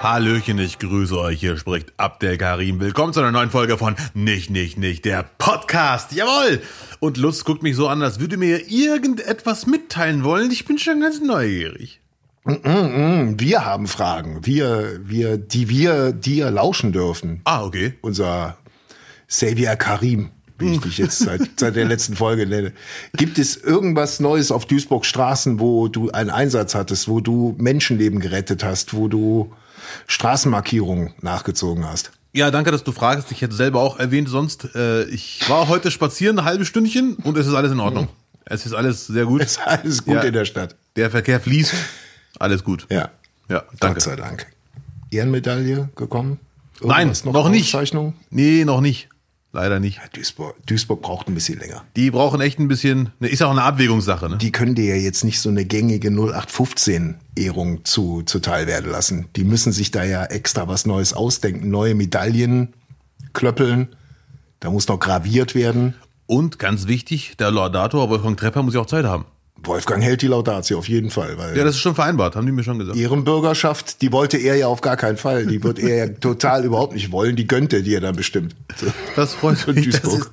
Hallöchen, ich grüße euch, hier spricht Abdel Karim. Willkommen zu einer neuen Folge von Nicht, der Podcast. Jawohl! Und Lutz guckt mich so an, als würde mir irgendetwas mitteilen wollen. Ich bin schon ganz neugierig. Wir haben Fragen, die wir dir lauschen dürfen. Ah, okay. Unser Xavier Karim, wie ich dich jetzt seit der letzten Folge nenne. Gibt es irgendwas Neues auf Duisburg Straßen, wo du einen Einsatz hattest, wo du Menschenleben gerettet hast, wo du Straßenmarkierungen nachgezogen hast? Ja, danke, dass du fragst. Ich hätte selber auch erwähnt, sonst ich war heute spazieren, ein halbes Stündchen und es ist alles in Ordnung. Es ist alles sehr gut. Es ist alles gut in der Stadt. Der Verkehr fließt. Alles gut. Ja, danke. Gott sei Dank. Ehrenmedaille gekommen? Nein, noch nicht. Nee, noch nicht. Leider nicht. Ja, Duisburg braucht ein bisschen länger. Die brauchen echt ein bisschen, ist auch eine Abwägungssache. Ne? Die können dir ja jetzt nicht so eine gängige 0815-Ehrung zuteil werden lassen. Die müssen sich da ja extra was Neues ausdenken. Neue Medaillen, Klöppeln, da muss noch graviert werden. Und ganz wichtig, der Laudator Wolfgang Trepper muss ja auch Zeit haben. Wolfgang hält die Laudatio auf jeden Fall. Weil ja, das ist schon vereinbart, haben die mir schon gesagt. Ehrenbürgerschaft, die wollte er ja auf gar keinen Fall. Die wird er ja total überhaupt nicht wollen. Die gönnt er dir dann bestimmt. So. Das freut mich. Duisburg.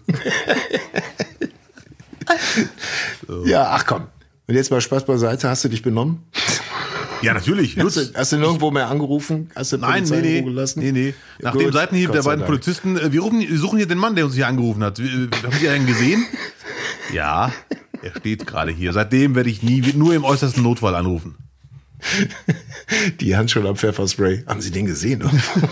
So. Ja, ach komm. Und jetzt mal Spaß beiseite. Hast du dich benommen? Ja, natürlich. Hast du nirgendwo mehr angerufen? Hast du Polizei gelassen? Nee. Nach dem Seitenhieb der beiden Polizisten, wir suchen hier den Mann, der uns hier angerufen hat. Haben Sie einen gesehen? Ja. Er steht gerade hier. Seitdem werde ich nur im äußersten Notfall anrufen. Die Hand schon am Pfefferspray. Haben Sie den gesehen?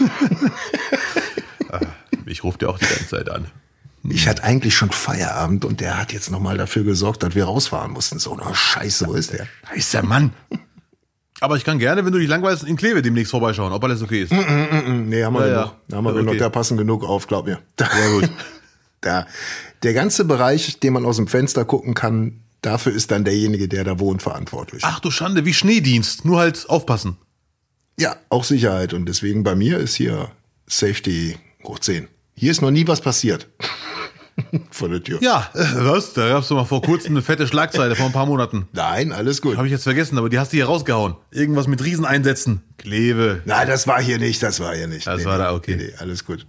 Ich rufe dir auch die ganze Zeit an. Ich hatte eigentlich schon Feierabend und der hat jetzt nochmal dafür gesorgt, dass wir rausfahren mussten. So eine Scheiße, wo ist der? Scheiße, Mann. Aber ich kann gerne, wenn du dich langweilst, in Kleve demnächst vorbeischauen, ob alles okay ist. Nee, haben wir genug. Da haben wir genug, da passen genug auf, glaub mir. Sehr gut. Der ganze Bereich, den man aus dem Fenster gucken kann, dafür ist dann derjenige, der da wohnt, verantwortlich. Ach du Schande, wie Schneedienst, nur halt aufpassen. Ja, auch Sicherheit. Und deswegen bei mir ist hier Safety hoch 10. Hier ist noch nie was passiert. Vor der Tür. Ja, was? Da gab's doch mal vor kurzem eine fette Schlagzeile vor ein paar Monaten. Nein, alles gut. Habe ich jetzt vergessen, aber die hast du hier rausgehauen. Irgendwas mit Rieseneinsätzen. Kleve. Nein, das war hier nicht. Das war da, okay. Nee, alles gut.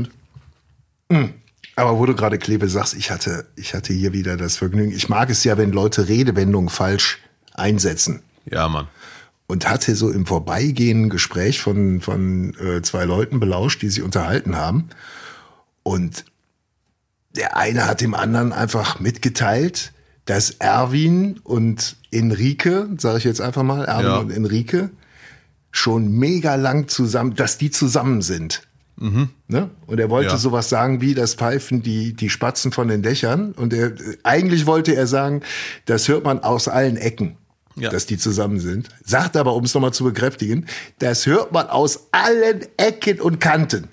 Aber wo du gerade Kleve sagst, ich hatte hier wieder das Vergnügen. Ich mag es ja, wenn Leute Redewendungen falsch einsetzen. Ja, Mann. Und hatte so im Vorbeigehen ein Gespräch von zwei Leuten belauscht, die sich unterhalten haben. Und der eine hat dem anderen einfach mitgeteilt, dass Erwin und Enrique, sage ich jetzt einfach mal, und Enrique, schon mega lang zusammen, dass die zusammen sind. Mhm. Ne? Und er wollte sowas sagen wie, das pfeifen die Spatzen von den Dächern. Und eigentlich wollte er sagen, das hört man aus allen Ecken, dass die zusammen sind. Sagt aber, um es nochmal zu bekräftigen, das hört man aus allen Ecken und Kanten.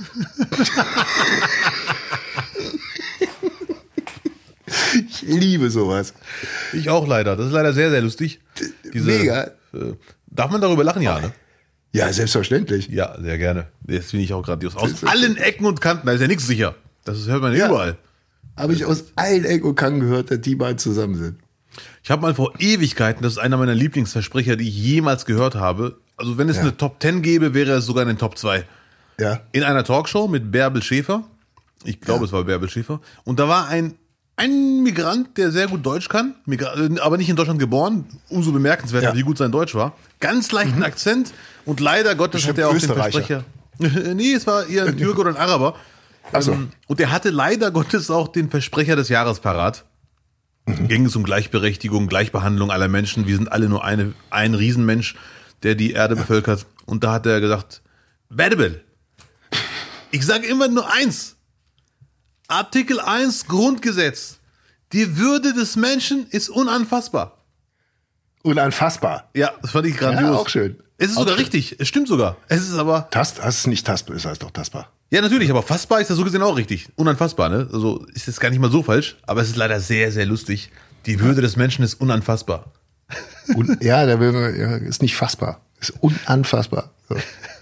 Ich liebe sowas. Ich auch leider. Das ist leider sehr, sehr lustig. Mega. Darf man darüber lachen, ja, ne? Ja, selbstverständlich. Ja, sehr gerne. Das finde ich auch grandios. Aus allen Ecken und Kanten, da ist ja nichts sicher. Das hört man überall. Habe ich aus allen Ecken und Kanten gehört, dass die beiden zusammen sind. Ich habe mal vor Ewigkeiten, das ist einer meiner Lieblingsversprecher, die ich jemals gehört habe. Also wenn es eine Top 10 gäbe, wäre es sogar in den Top 2. Ja. In einer Talkshow mit Bärbel Schäfer. Ich glaube, es war Bärbel Schäfer. Und da war ein Migrant, der sehr gut Deutsch kann, aber nicht in Deutschland geboren. Umso bemerkenswerter, wie gut sein Deutsch war. Ganz leichten Akzent. Und leider Gottes hat er auch den Versprecher. Nee, es war eher ein Türke oder ein Araber. Ach so. Und er hatte leider Gottes auch den Versprecher des Jahres parat. Ging es um Gleichberechtigung, Gleichbehandlung aller Menschen. Wir sind alle nur ein Riesenmensch, der die Erde bevölkert. Und da hat er gesagt, Bärbel, ich sage immer nur eins. Artikel 1 Grundgesetz. Die Würde des Menschen ist unanfassbar. Unanfassbar? Ja, das fand ich grandios. Ja, auch schön. Es ist sogar richtig. Es stimmt sogar. Es ist aber... Es ist nicht tastbar, es heißt doch tastbar. Ja, natürlich, aber fassbar ist ja so gesehen auch richtig. Unanfassbar, ne? Also ist jetzt gar nicht mal so falsch, aber es ist leider sehr, sehr lustig. Die Würde des Menschen ist unanfassbar. Ist nicht fassbar. Ist unanfassbar. So.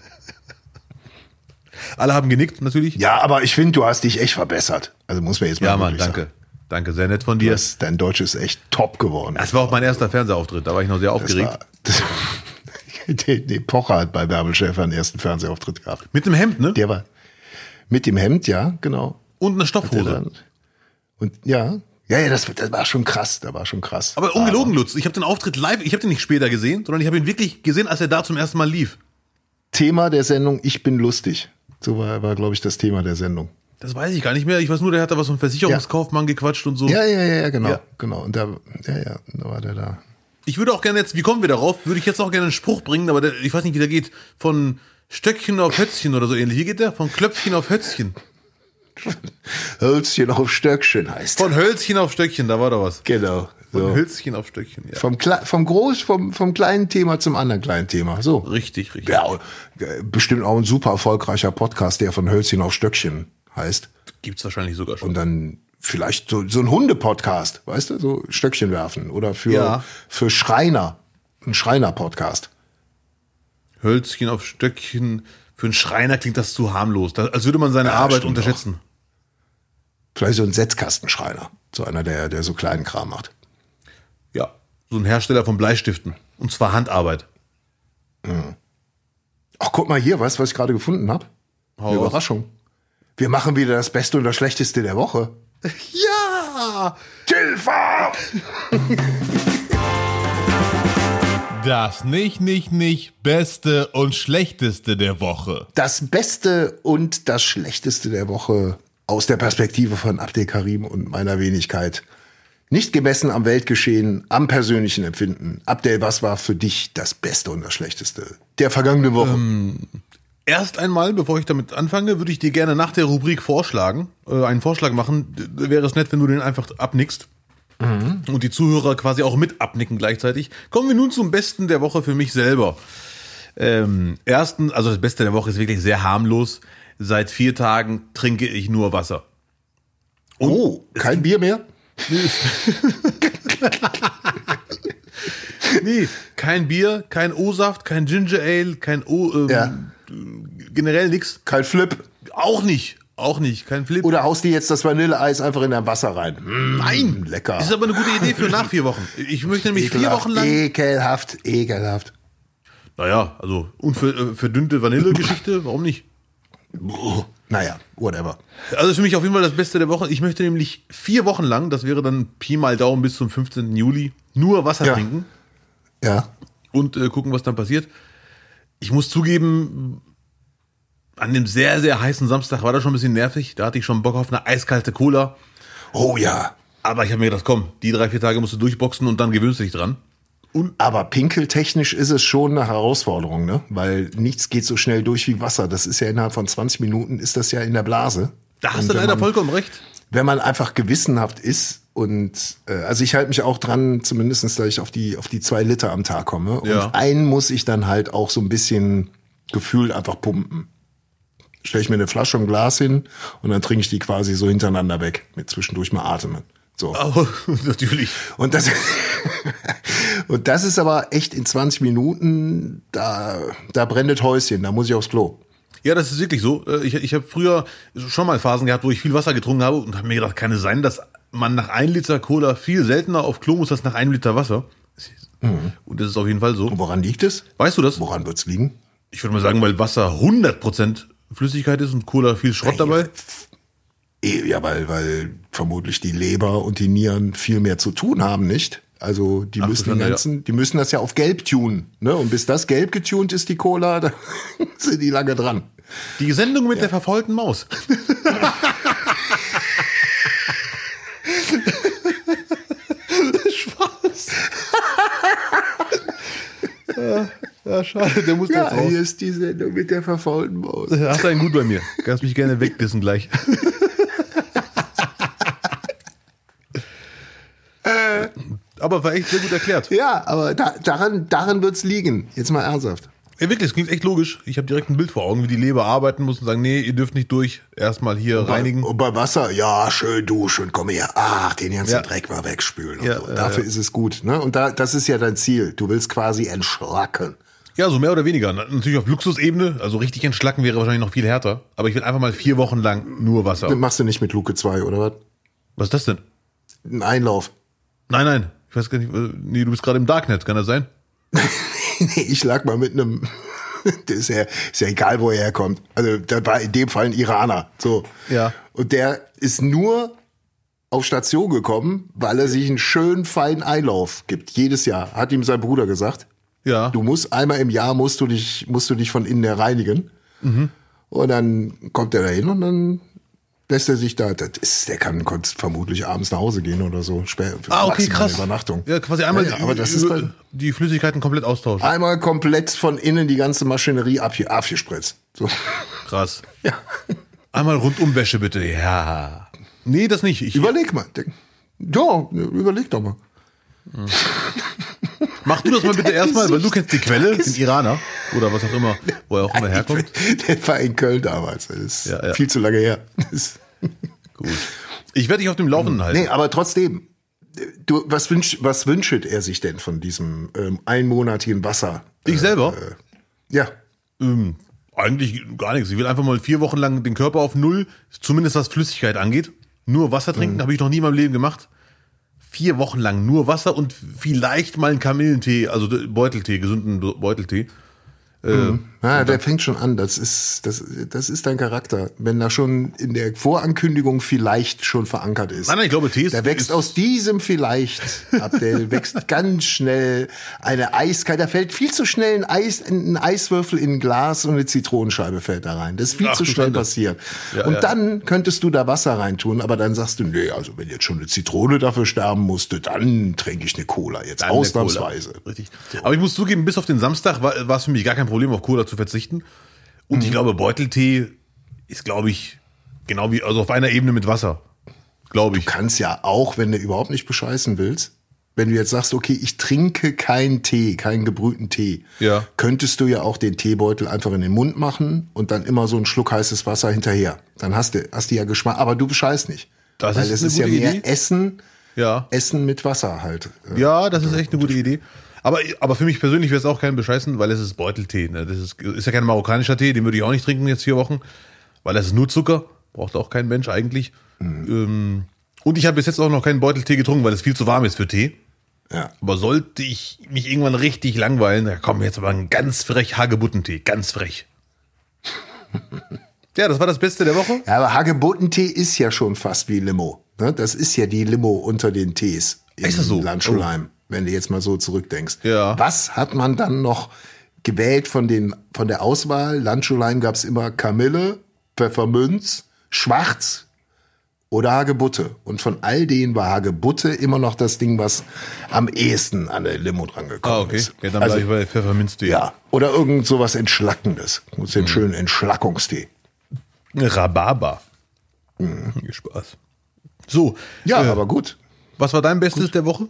Alle haben genickt, natürlich. Ja, aber ich finde, du hast dich echt verbessert. Also muss man jetzt mal Mann, danke. sagen. Danke, sehr nett von dir. Dein Deutsch ist echt top geworden. Das war auch mein erster Fernsehauftritt, da war ich noch sehr aufgeregt. Nee, Pocher hat bei Bärbel Schäfer einen ersten Fernsehauftritt gehabt. Mit dem Hemd, ne? Der war mit dem Hemd, ja, genau. Und eine Stoffhose. Und ja, das war schon krass, Aber ungelogen, Lutz, ich habe den Auftritt live, ich habe den nicht später gesehen, sondern ich habe ihn wirklich gesehen, als er da zum ersten Mal lief. Thema der Sendung, ich bin lustig. So war glaube ich, das Thema der Sendung. Das weiß ich gar nicht mehr. Ich weiß nur, der hat da was vom Versicherungskaufmann gequatscht und so. Ja, genau. Und da war der da. Ich würde auch gerne jetzt, wie kommen wir darauf? Würde ich jetzt auch gerne einen Spruch bringen, aber ich weiß nicht, wie der geht. Von Stöckchen auf Hötzchen oder so ähnlich. Wie geht der? Von Klöpfchen auf Hötzchen. Hölzchen auf Stöckchen heißt. Von Hölzchen auf Stöckchen, da war doch was. Genau. Von So. Hölzchen auf Stöckchen, ja. Vom kleinen Thema zum anderen kleinen Thema. So. Richtig. Ja, bestimmt auch ein super erfolgreicher Podcast, der von Hölzchen auf Stöckchen heißt. Gibt's wahrscheinlich sogar schon. Und dann vielleicht so ein Hunde-Podcast, weißt du, so Stöckchen werfen. Oder für Schreiner, ein Schreiner-Podcast. Hölzchen auf Stöckchen. Für einen Schreiner klingt das zu harmlos. Als würde man seine Arbeit unterschätzen. Auch. Vielleicht so ein Setzkastenschreiner. So einer, der so kleinen Kram macht. Ja, so ein Hersteller von Bleistiften. Und zwar Handarbeit. Ach, guck mal hier, weißt du, was ich gerade gefunden habe? Eine Überraschung. Wir machen wieder das Beste und das Schlechteste der Woche. Ja! Tilfa! Das nicht Beste und Schlechteste der Woche. Das Beste und das Schlechteste der Woche aus der Perspektive von Abdel Karim und meiner Wenigkeit. Nicht gemessen am Weltgeschehen, am persönlichen Empfinden. Abdel, was war für dich das Beste und das Schlechteste der vergangenen Woche? Erst einmal, bevor ich damit anfange, würde ich dir gerne nach der Rubrik einen Vorschlag machen. Wäre es nett, wenn du den einfach abnickst. Und die Zuhörer quasi auch mit abnicken gleichzeitig. Kommen wir nun zum Besten der Woche für mich selber. Also das Beste der Woche ist wirklich sehr harmlos. Seit 4 Tagen trinke ich nur Wasser. Und kein Bier mehr? Nee, kein Bier, kein O-Saft, kein Ginger Ale, generell nix. Kein Flip? Auch nicht, kein Flip. Oder haust du jetzt das Vanilleeis einfach in dein Wasser rein? Nein, lecker. Das ist aber eine gute Idee für nach 4 Wochen. Ich möchte nämlich 4 Wochen lang... Ekelhaft. Naja, also verdünnte Vanillegeschichte, warum nicht? Naja, whatever. Also für mich auf jeden Fall das Beste der Woche. Ich möchte nämlich 4 Wochen lang, das wäre dann Pi mal Daumen bis zum 15. Juli, nur Wasser trinken. Ja. Und gucken, was dann passiert. Ich muss zugeben, an dem sehr, sehr heißen Samstag war das schon ein bisschen nervig. Da hatte ich schon Bock auf eine eiskalte Cola. Oh ja. Aber ich habe mir gedacht, komm, die 3-4 Tage musst du durchboxen und dann gewöhnst du dich dran. Aber pinkeltechnisch ist es schon eine Herausforderung, ne? Weil nichts geht so schnell durch wie Wasser. Das ist ja innerhalb von 20 Minuten ist das ja in der Blase. Da hast du leider vollkommen recht. Wenn man einfach gewissenhaft ist und also ich halte mich auch dran, zumindest, dass ich auf die 2 Liter am Tag komme. Und einen muss ich dann halt auch so ein bisschen gefühlt einfach pumpen. Stelle ich mir eine Flasche im Glas hin und dann trinke ich die quasi so hintereinander weg, mit zwischendurch mal atmen. So. Oh, natürlich. Und das ist aber echt in 20 Minuten, da brennt das Häuschen, da muss ich aufs Klo. Ja, das ist wirklich so. Ich habe früher schon mal Phasen gehabt, wo ich viel Wasser getrunken habe und habe mir gedacht, kann es sein, dass man nach 1 Liter Cola viel seltener auf Klo muss als nach 1 Liter Wasser? Und das ist auf jeden Fall so. Und woran liegt es? Weißt du das? Woran wird's liegen? Ich würde mal sagen, weil Wasser 100% Flüssigkeit ist und Cola viel Schrott dabei. Ja, weil vermutlich die Leber und die Nieren viel mehr zu tun haben, nicht? Also die müssen das ja auf gelb tunen, ne? Und bis das gelb getunt ist, die Cola, da sind die lange dran. Die Sendung mit der verfaulten Maus. Spaß. Ja, schade, der muss jetzt raus. Hier ist die Sendung mit der verfaulten Maus. Hast du einen gut bei mir. Kannst mich gerne wegdissen gleich. Aber war echt sehr gut erklärt. Ja, aber daran wird's liegen. Jetzt mal ernsthaft. Ja, wirklich, es klingt echt logisch. Ich habe direkt ein Bild vor Augen, wie die Leber arbeiten muss und sagen, nee, ihr dürft nicht durch. Erstmal hier reinigen. Und bei Wasser, ja, schön duschen, komm her. Ach, den ganzen Dreck mal wegspülen. Und so. Dafür ist es gut. Ne? Und das ist ja dein Ziel. Du willst quasi entschlacken. Ja, so mehr oder weniger. Natürlich auf Luxusebene. Also richtig entschlacken wäre wahrscheinlich noch viel härter. Aber ich will einfach mal 4 Wochen lang nur Wasser. Das machst du nicht mit Luke 2, oder was? Was ist das denn? Ein Einlauf. Nein. Ich weiß gar nicht. Nee, du bist gerade im Darknet. Kann das sein? Nee, ich lag mal mit einem, das ist ja egal, wo er herkommt. Also da war in dem Fall ein Iraner. So. Ja. Und der ist nur auf Station gekommen, weil er sich einen schönen feinen Einlauf gibt. Jedes Jahr. Hat ihm sein Bruder gesagt. Ja. Du musst einmal im Jahr musst du dich von innen her reinigen. Und dann kommt er da hin und dann lässt er sich da, der kann vermutlich abends nach Hause gehen oder so. Okay, maximale krass. Übernachtung. Ja, quasi einmal aber das ist die Flüssigkeiten komplett austauschen. einmal komplett von innen die ganze Maschinerie abgespritzt. So. Krass. Ja. Einmal Rundumwäsche bitte. Ja. Nee, das nicht. Überleg mal. Ja, überleg doch mal. Mach du das mal bitte erstmal, weil du kennst die Quelle, den Iraner oder was auch immer, wo er auch immer herkommt. Der war in Köln damals. Das ist Ja. viel zu lange her. Gut. Ich werde dich auf dem Laufenden halten. Nee, aber trotzdem. Was wünschet er sich denn von diesem einmonatigen Wasser? Ich selber? Ja. Eigentlich gar nichts. Ich will einfach mal 4 Wochen lang den Körper auf Null, zumindest was Flüssigkeit angeht. Nur Wasser trinken, habe ich noch nie in meinem Leben gemacht. 4 Wochen lang nur Wasser und vielleicht mal einen Kamillentee, also Beuteltee, gesunden Beuteltee. Der fängt schon an. Das ist dein Charakter. Wenn da schon in der Vorankündigung vielleicht schon verankert ist. Nein, ich glaube, Tee ist... Da wächst aus diesem vielleicht, Abdel, wächst ganz schnell eine Eiskalt. Da fällt viel zu schnell ein Eiswürfel in ein Glas und eine Zitronenscheibe fällt da rein. Das ist viel zu schnell passiert. Ja, und dann könntest du da Wasser reintun, aber dann sagst du, nee, also wenn jetzt schon eine Zitrone dafür sterben musste, dann trinke ich eine Cola. Jetzt Dann ausnahmsweise. Cola. Richtig. Aber ich muss zugeben, bis auf den Samstag war es für mich gar kein Problem, auf Cola zu verzichten. Und ich glaube, Beuteltee ist, glaube ich, genau wie, also auf einer Ebene mit Wasser. Glaube ich. Du kannst ja auch, wenn du überhaupt nicht bescheißen willst, wenn du jetzt sagst, okay, ich trinke keinen Tee, keinen gebrühten Tee, Ja. könntest du ja auch den Teebeutel einfach in den Mund machen und dann immer so einen Schluck heißes Wasser hinterher. Dann hast du ja Geschmack, aber du bescheißt nicht. Das Weil ist es eine ist ja gute mehr Idee. Essen mit Wasser halt. Ja, das ist echt eine gute Idee. Aber für mich persönlich wäre es auch kein Bescheißen, weil es ist Beuteltee. Ne? Das ist ja kein marokkanischer Tee, den würde ich auch nicht trinken jetzt 4 Wochen, weil das ist nur Zucker, braucht auch kein Mensch eigentlich. Und ich habe bis jetzt auch noch keinen Beuteltee getrunken, weil es viel zu warm ist für Tee. Ja. Aber sollte ich mich irgendwann richtig langweilen, da kommt jetzt aber ein ganz frech Hagebuttentee, ganz frech. Ja, das war das Beste der Woche. Ja, aber Hagebuttentee ist ja schon fast wie Limo. Ne? Das ist ja die Limo unter den Tees in Ist das so? Landschulheim, wenn du jetzt mal so zurückdenkst. Ja. Was hat man dann noch gewählt von der Auswahl? Landschulheim gab es immer Kamille, Pfefferminz, Schwarz oder Hagebutte. Und von all denen war Hagebutte immer noch das Ding, was am ehesten an der Limo dran gekommen ist. Ja, dann bleibe ich bei Pfefferminztee. Ja, oder irgend sowas Entschlackendes. Den schönen Entschlackungstee. Rhabarber. Spaß. So. Ja, aber gut. Was war dein Bestes der Woche?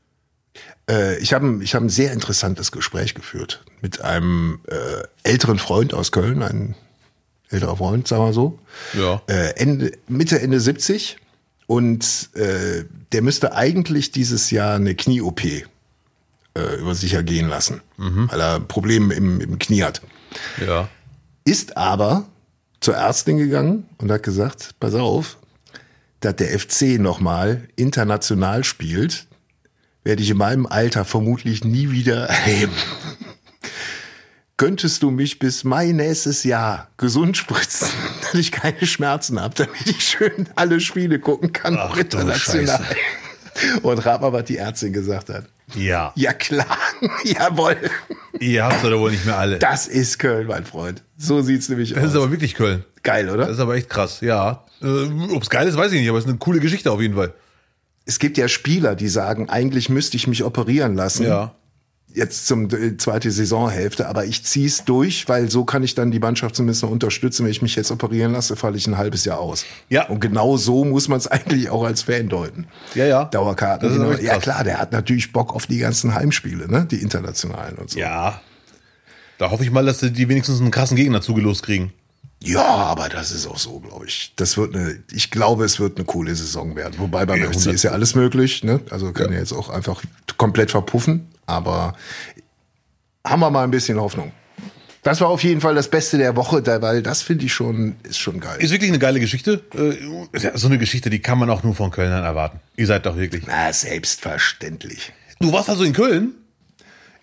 Ich hab ein sehr interessantes Gespräch geführt mit einem älteren Freund aus Köln, ein älterer Freund, sagen wir so. Ja. Mitte, Ende 70. Und der müsste eigentlich dieses Jahr eine Knie-OP über sich ergehen lassen, weil er Probleme im Knie hat. Ja. Ist aber zur Ärztin gegangen und hat gesagt, pass auf, dass der FC nochmal international spielt, werde ich in meinem Alter vermutlich nie wieder erleben. Könntest du mich bis Mai nächstes Jahr gesund spritzen, dass ich keine Schmerzen habe, damit ich schön alle Spiele gucken kann, Ach, auch du international. Scheiße. Und rat mal, was die Ärztin gesagt hat. Ja. Ja klar, jawohl. Ihr habt es doch wohl nicht mehr alle. Das ist Köln, mein Freund. So sieht's nämlich aus. Das ist aber wirklich Köln. Geil, oder? Das ist aber echt krass, ja. Ob es geil ist, weiß ich nicht, aber es ist eine coole Geschichte auf jeden Fall. Es gibt ja Spieler, die sagen, eigentlich müsste ich mich operieren lassen. Ja. Jetzt zum zweite Saisonhälfte, aber ich zieh's durch, weil so kann ich dann die Mannschaft zumindest noch unterstützen. Wenn ich mich jetzt operieren lasse, falle ich ein halbes Jahr aus. Ja. Und genau so muss man es eigentlich auch als Fan deuten. Ja, ja. Dauerkarten. Das ist aber echt Ja krass. klar, der hat natürlich Bock auf die ganzen Heimspiele, ne? Die internationalen und so. Ja. Da hoffe ich mal, dass die wenigstens einen krassen Gegner zugelost kriegen. Ja, aber das ist auch so, glaube ich. Ich glaube, es wird eine coole Saison werden. Wobei beim Ja, FC 100. ist ja alles möglich, ne? Also kann ja jetzt auch einfach komplett verpuffen. Aber haben wir mal ein bisschen Hoffnung. Das war auf jeden Fall das Beste der Woche, weil das finde ich ist schon geil. Ist wirklich eine geile Geschichte. Ist ja so eine Geschichte, die kann man auch nur von Kölnern erwarten. Ihr seid doch wirklich. Na, selbstverständlich. Du warst also in Köln?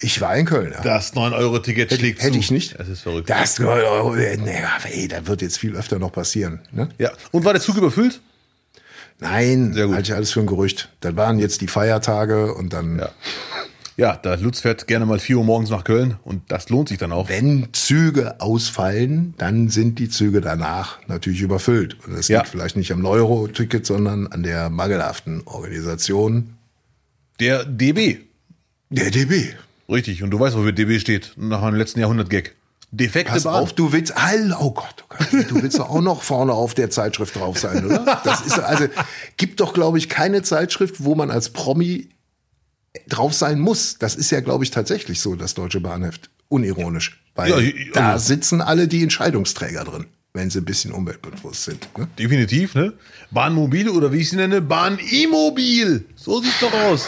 Ich war in Köln, ja. Das 9-Euro-Ticket schlägt zu. Hätte ich nicht. Das ist verrückt. Das 9 Euro, nee, da wird jetzt viel öfter noch passieren. Ne? Ja. Und war der Zug überfüllt? Nein, Sehr gut. halte ich alles für ein Gerücht. Dann waren jetzt die Feiertage und dann, Ja, da Lutz fährt gerne mal 4 Uhr morgens nach Köln und das lohnt sich dann auch. wenn Züge ausfallen, dann sind die Züge danach natürlich überfüllt. Und das liegt vielleicht nicht am Euro-Ticket, sondern an der mangelhaften Organisation Der DB. der DB. Richtig. Und du weißt, wofür DB steht. Nach einem letzten Jahrhundert-Gag. Defekte Pass Bahn. auf, du willst, oh Gott, du willst doch auch noch vorne auf der Zeitschrift drauf sein, oder? Das ist, also, gibt doch, glaube ich, keine Zeitschrift, wo man als Promi drauf sein muss. Das ist ja, glaube ich, tatsächlich so, das Deutsche Bahnheft. Unironisch. Weil da sitzen alle die Entscheidungsträger drin, wenn sie ein bisschen umweltbewusst sind. Ne? Definitiv, ne? Bahnmobil oder wie ich sie nenne, Bahn-Immobil. So sieht's doch aus.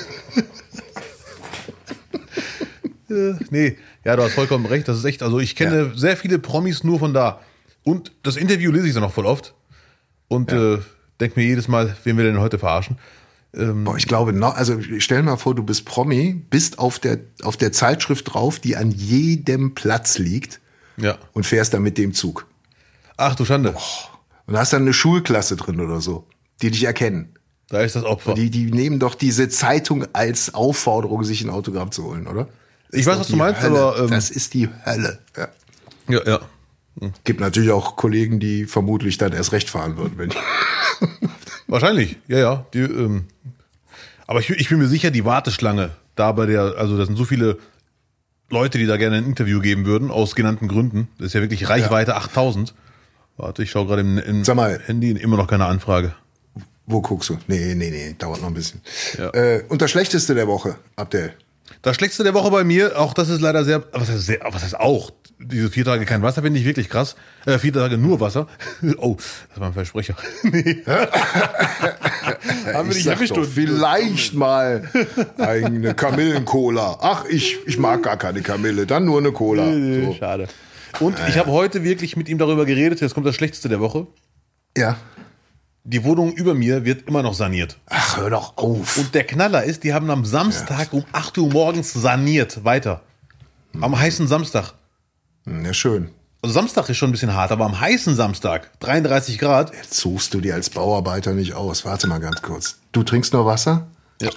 Nee, ja, du hast vollkommen recht. Das ist echt, also ich kenne sehr viele Promis nur von da. Und das Interview lese ich dann auch voll oft. Und denke mir jedes Mal, wen wir denn heute verarschen. Boah, ich glaube noch, also stell dir mal vor, du bist Promi, bist auf der Zeitschrift drauf, die an jedem Platz liegt Ja. und fährst dann mit dem Zug. Ach du Schande. Und hast dann eine Schulklasse drin oder so, die dich erkennen. Da ist das Opfer. Die nehmen doch diese Zeitung als Aufforderung, sich ein Autogramm zu holen, oder? Ich weiß, was du meinst, Hölle. aber das ist die Hölle. Ja. ja. Gibt natürlich auch Kollegen, die vermutlich dann erst recht fahren würden, wenn die Wahrscheinlich, ja. Die, aber ich bin mir sicher, die Warteschlange da bei der, also das sind so viele Leute, die da gerne ein Interview geben würden, aus genannten Gründen. Das ist ja wirklich Reichweite 8000. Warte, ich schaue gerade im Sag mal. Handy, immer noch keine Anfrage. Wo guckst du? Nee, dauert noch ein bisschen. Ja. Und das Schlechteste der Woche, Abdel. Das Schlechteste der Woche bei mir, auch das ist leider was heißt auch? Diese 4 Tage kein Wasser finde ich wirklich krass. 4 Tage nur Wasser. Oh, das war ein Versprecher. Nee. Haben wir nicht erwischt. Vielleicht mal eine Kamillen-Cola. Ach, ich mag gar keine Kamille, dann nur eine Cola. So. Schade. Und ich habe heute wirklich mit ihm darüber geredet, jetzt kommt das Schlechteste der Woche. Ja. Die Wohnung über mir wird immer noch saniert. Ach, hör doch auf. Und der Knaller ist, die haben am Samstag um 8 Uhr morgens saniert. Weiter. Am heißen Samstag. Ja, schön. Also Samstag ist schon ein bisschen hart, aber am heißen Samstag, 33 Grad. Jetzt suchst du dir als Bauarbeiter nicht aus. Warte mal ganz kurz. Du trinkst nur Wasser? Ja.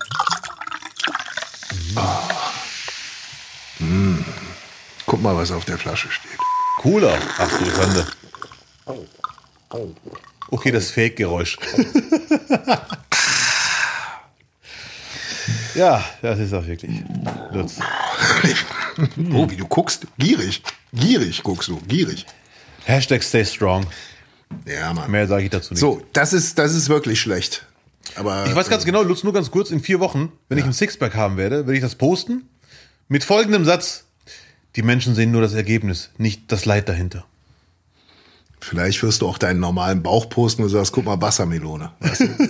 Guck mal, was auf der Flasche steht. Cooler. Ach du Schande. Okay, das Fake-Geräusch. Ja, das ist auch wirklich Lutz. Oh, wie du guckst. Gierig. Gierig guckst du. Gierig. Hashtag stay strong. Ja, Mann. Mehr sage ich dazu nicht. So, das ist wirklich schlecht. Aber Ich weiß ganz genau, Lutz, nur ganz kurz, in 4 Wochen, wenn ich ein Sixpack haben werde, werde ich das posten mit folgendem Satz. Die Menschen sehen nur das Ergebnis, nicht das Leid dahinter. vielleicht wirst du auch deinen normalen Bauch posten und sagst, guck mal, Wassermelone. Weißt du?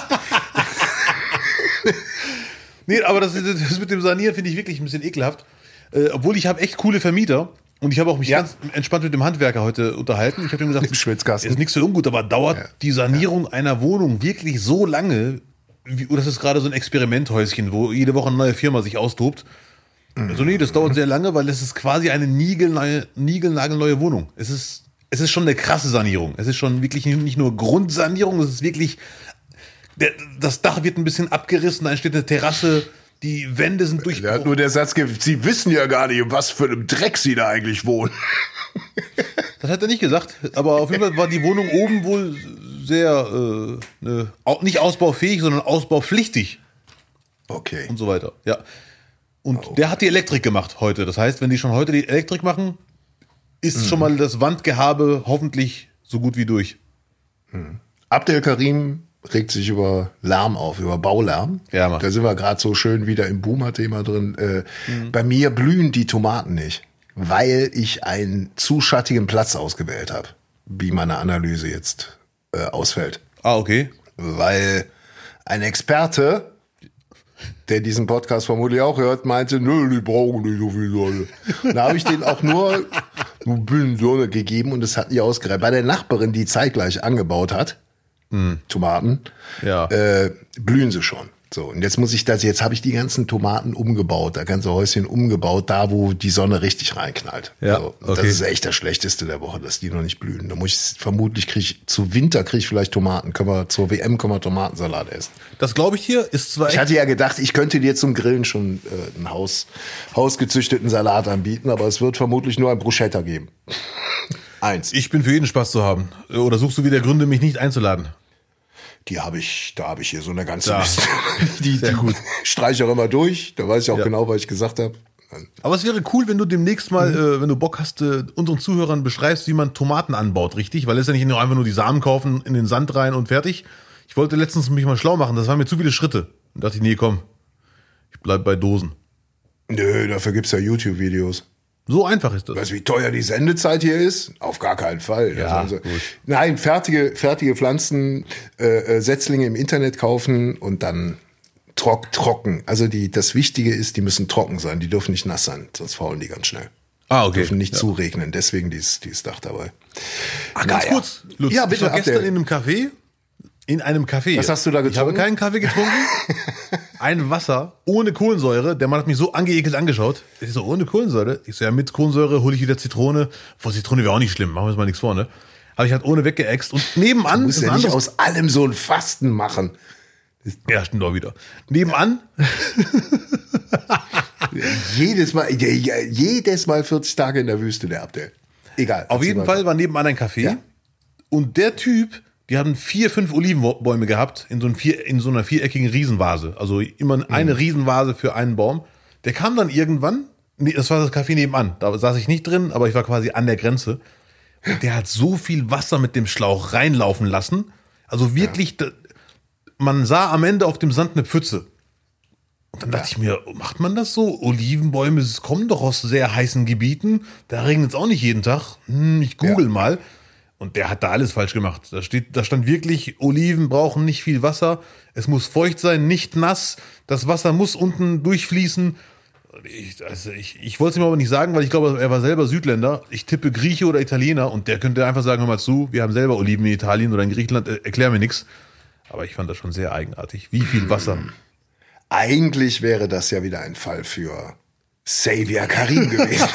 Nee, aber das mit dem Sanieren finde ich wirklich ein bisschen ekelhaft. Obwohl ich habe echt coole Vermieter und ich habe auch mich ganz entspannt mit dem Handwerker heute unterhalten. Ich habe ihm gesagt, Im Schwitzkasten. ist nichts für ungut, aber dauert die Sanierung einer Wohnung wirklich so lange? Das ist gerade so ein Experimenthäuschen, wo jede Woche eine neue Firma sich austobt. Also nee, das dauert sehr lange, weil es ist quasi eine niegelnagelneue Wohnung. Es ist schon eine krasse Sanierung. Es ist schon wirklich nicht nur Grundsanierung, es ist wirklich, das Dach wird ein bisschen abgerissen, da entsteht eine Terrasse, die Wände sind Der hat durchbrochen. nur der Satz gegeben, Sie wissen ja gar nicht, in was für einem Dreck Sie da eigentlich wohnen. Das hat er nicht gesagt, aber auf jeden Fall war die Wohnung oben wohl sehr, nicht ausbaufähig, sondern ausbaupflichtig Okay. und so weiter. Ja. Und der hat die Elektrik gemacht heute. Das heißt, wenn die schon heute die Elektrik machen, ist schon mal das Wandgehabe hoffentlich so gut wie durch. Abdel Karim regt sich über Lärm auf, über Baulärm. Ja, Mann. Da sind wir gerade so schön wieder im Boomer-Thema drin. Bei mir blühen die Tomaten nicht, weil ich einen zu schattigen Platz ausgewählt habe, wie meine Analyse jetzt ausfällt. Ah, okay. Weil ein Experte, der diesen Podcast vermutlich auch hört, meinte, nö, die brauchen nicht so viel Sonne. Da habe ich denen auch nur ein bisschen Sonne gegeben und das hat nicht ausgereicht. Bei der Nachbarin, die zeitgleich angebaut hat, Tomaten, Ja. blühen sie schon. So, und jetzt jetzt habe ich die ganzen Tomaten umgebaut, das ganze Häuschen umgebaut, da wo die Sonne richtig reinknallt. Ja, so, okay. Das ist echt das Schlechteste der Woche, dass die noch nicht blühen. Da muss ich zu Winter kriege ich vielleicht Tomaten, zur WM können wir Tomatensalat essen. Das glaube ich dir, ist zwar Ich hatte ja gedacht, ich könnte dir zum Grillen schon einen hausgezüchteten Salat anbieten, aber es wird vermutlich nur ein Bruschetta geben. Eins. Ich bin für jeden Spaß zu haben. Oder suchst du wieder Gründe, mich nicht einzuladen? Da habe ich hier so eine ganze Da. Liste. Die gut. streiche ich auch immer durch. Da weiß ich auch Ja. genau, was ich gesagt habe. Aber es wäre cool, wenn du demnächst mal, wenn du Bock hast, unseren Zuhörern beschreibst, wie man Tomaten anbaut, richtig? Weil es ist ja nicht nur einfach nur die Samen kaufen, in den Sand rein und fertig. Ich wollte letztens mich mal schlau machen, das waren mir zu viele Schritte. Und dachte ich, nee, komm, ich bleib bei Dosen. Nö, dafür gibt's ja YouTube-Videos. So einfach ist das. Weißt du, wie teuer die Sendezeit hier ist? Auf gar keinen Fall. Ja, Also, gut. nein, fertige Pflanzen, Setzlinge im Internet kaufen und dann trocken. Also das Wichtige ist, die müssen trocken sein. Die dürfen nicht nass sein, sonst faulen die ganz schnell. Ah, okay. Dürfen nicht zuregnen. Deswegen dieses Dach dabei. Ach, ganz Naja. kurz, Lutz, Ja, bitte, ich war gestern Abdel. in einem Café. Was hast du da Ich habe getrunken? keinen Kaffee getrunken. Ein Wasser ohne Kohlensäure. Der Mann hat mich so angeekelt angeschaut. Ich so, ohne Kohlensäure? Ich so, ja, mit Kohlensäure hole ich wieder Zitrone. Vor Zitrone wäre auch nicht schlimm. Machen wir uns mal nichts vor, ne? Aber ich halt ohne weggeäxt. Und nebenan Du musst ist ja ein nicht anderes. aus allem so ein Fasten machen. Ja, stimmt auch wieder. Nebenan, Jedes Mal 40 Tage in der Wüste, der Abdel. Egal. auf jeden erzähl Fall war nebenan ein Café. Ja. Und der Typ, die haben 4, 5 Olivenbäume gehabt in so einer viereckigen Riesenvase. Also immer eine Riesenvase für einen Baum. Der kam dann irgendwann, nee, das war das Café nebenan. Da saß ich nicht drin, aber ich war quasi an der Grenze. Und der hat so viel Wasser mit dem Schlauch reinlaufen lassen. Also wirklich, man sah am Ende auf dem Sand eine Pfütze. Und dann dachte ich mir, macht man das so? Olivenbäume kommen doch aus sehr heißen Gebieten. Da regnet es auch nicht jeden Tag. Ich google mal. Und der hat da alles falsch gemacht. Da stand wirklich, Oliven brauchen nicht viel Wasser. Es muss feucht sein, nicht nass. Das Wasser muss unten durchfließen. Ich wollte es ihm aber nicht sagen, weil ich glaube, er war selber Südländer. Ich tippe Grieche oder Italiener und der könnte einfach sagen, hör mal zu, wir haben selber Oliven in Italien oder in Griechenland, erklär mir nichts. Aber ich fand das schon sehr eigenartig. Wie viel Wasser? Eigentlich wäre das ja wieder ein Fall für Xavier Karim gewesen.